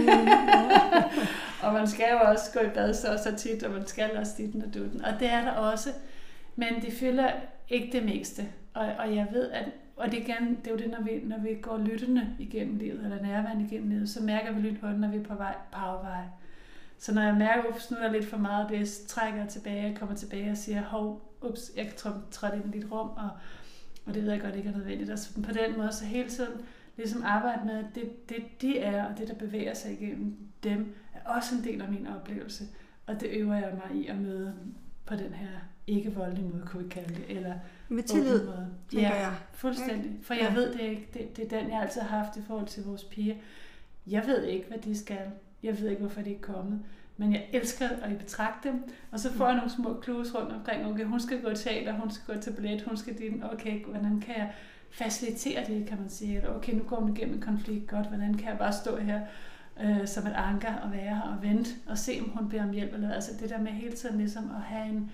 Og man skal jo også gå i bad så, så tit, og man skal også dit og dutten. Og det er der også. Men de fylder ikke det meste. Og, og jeg ved, at og det, igen, det er jo det, når vi, når vi går lyttende igennem livet, eller nærværende igennem livet, så mærker vi lidt på det, når vi er på vej på afveje. Så når jeg mærker, at nu er der lidt for meget det, så trækker jeg tilbage, jeg kommer tilbage og siger, hov, ups, jeg kan træde ind i dit rum, og, og det ved jeg godt ikke er nødvendigt. Og så på den måde, så hele tiden ligesom arbejde med, at det, det de er, og det der bevæger sig igennem dem, er også en del af min oplevelse. Og det øver jeg mig i at møde på den her ikke-voldelige måde, kunne vi kalde det, eller med tillid, måde. tænker Ja, jeg. fuldstændig. For jeg ja. ved det ikke. Det, det er den, jeg altid har haft i forhold til vores piger. Jeg ved ikke, hvad de skal. Jeg ved ikke, hvorfor de er kommet. Men jeg elsker at betragte dem, og så får jeg nogle små clues rundt omkring, okay, hun skal gå til teater, hun skal gå til ballet, hun skal din, okay, hvordan kan jeg facilitere det, kan man sige, eller okay, nu går hun igennem en konflikt, godt, hvordan kan jeg bare stå her øh, som et anker og være her og vente, og se, om hun beder om hjælp, eller altså det der med hele tiden ligesom at have en,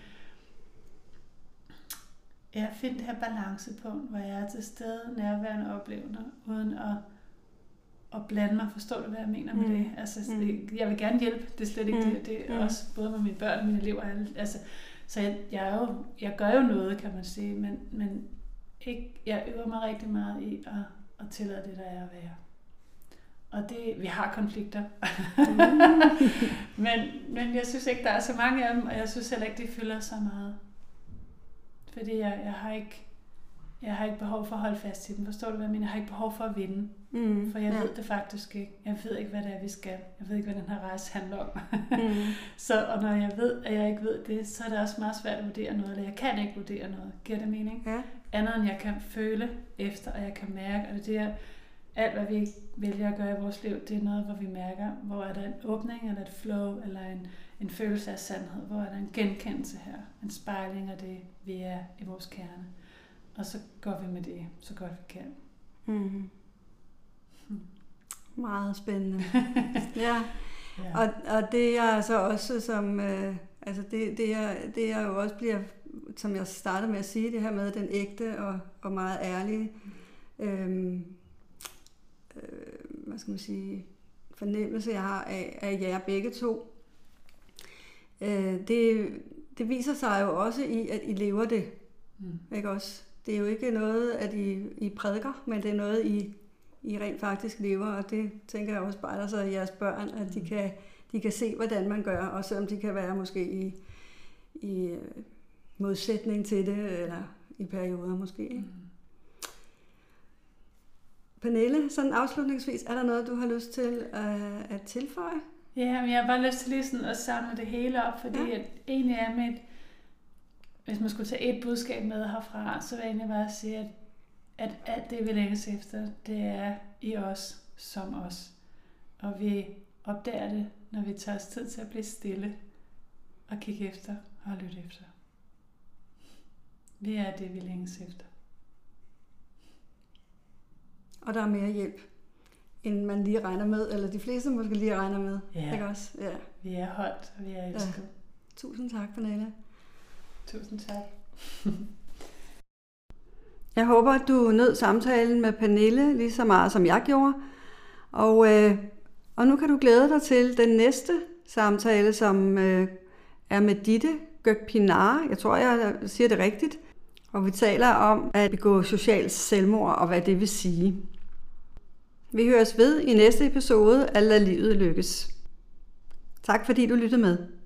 ja, finde det her balancepunkt, hvor jeg er til stede, nærværende og oplevende, uden at og blande mig. Forstår du, hvad jeg mener med mm. det? Altså, mm. jeg vil gerne hjælpe. Det er slet ikke mm. det. Det er mm. også både med mine børn og mine elever. Altså, så jeg, jeg, er jo, jeg gør jo noget, kan man sige, men, men ikke, jeg øver mig rigtig meget i at, at tillade det, der er at være. Og det, vi har konflikter. Mm. men, men jeg synes ikke, der er så mange af dem, og jeg synes heller ikke, de fylder så meget. Fordi jeg, jeg har ikke Jeg har ikke behov for at holde fast i dem. Forstår du, hvad jeg mener? Jeg har ikke behov for at vinde. Mm, for jeg ja. ved det faktisk ikke. Jeg ved ikke, hvad det er, vi skal. Jeg ved ikke, hvad den her rejse handler om. mm. Så, og når jeg ved, at jeg ikke ved det, så er det også meget svært at vurdere noget. Eller jeg kan ikke vurdere noget. Giver det mening? Ja. Andet end jeg kan føle efter, og jeg kan mærke. Og det er alt, hvad vi vælger at gøre i vores liv, det er noget, hvor vi mærker, hvor er der en åbning, eller et flow, eller en, en følelse af sandhed. Hvor er der en genkendelse her. En spejling af det, vi er i vores kerne. Og så går vi med det, så godt vi kan. Mm. Hmm. Meget spændende. ja. ja. Og, og det er så også som, øh, altså det, det, er, det er jo også bliver, som jeg startede med at sige, det her med den ægte og, og meget ærlige, øh, øh, hvad skal man sige, fornemmelse, jeg har af, af jer begge to. Øh, det, det viser sig jo også i, at I lever det. Mm. Ikke også? Det er jo ikke noget, at I, I prædiker, men det er noget, I, I rent faktisk lever, og det tænker jeg også spejler sig i jeres børn, at de kan, de kan se, hvordan man gør, også selvom de kan være måske i, i modsætning til det, eller i perioder måske. Ikke? Mm. Pernille, sådan afslutningsvis, er der noget, du har lyst til at, at tilføje? Ja, men jeg har bare lyst til lige sådan at samle det hele op, fordi ja. at egentlig er mit hvis man skulle tage et budskab med herfra, så vil jeg egentlig bare sige, at, at alt det, vi længes efter, det er i os som os. Og vi opdager det, når vi tager os tid til at blive stille og kigge efter og lytte efter. Vi er det, vi længes efter. Og der er mere hjælp, end man lige regner med, eller de fleste måske lige regner med. Ja, ikke også? Ja. Vi er holdt, og vi er elsket. Ja. Tusind tak, Pernille. Tusind tak. Jeg håber, at du nød samtalen med Pernille lige så meget, som jeg gjorde. Og, øh, og nu kan du glæde dig til den næste samtale, som øh, er med Ditte Gökpinar. Jeg tror, jeg siger det rigtigt. Og vi taler om at begå socialt selvmord og hvad det vil sige. Vi høres ved i næste episode af Lad livet lykkes. Tak fordi du lyttede med.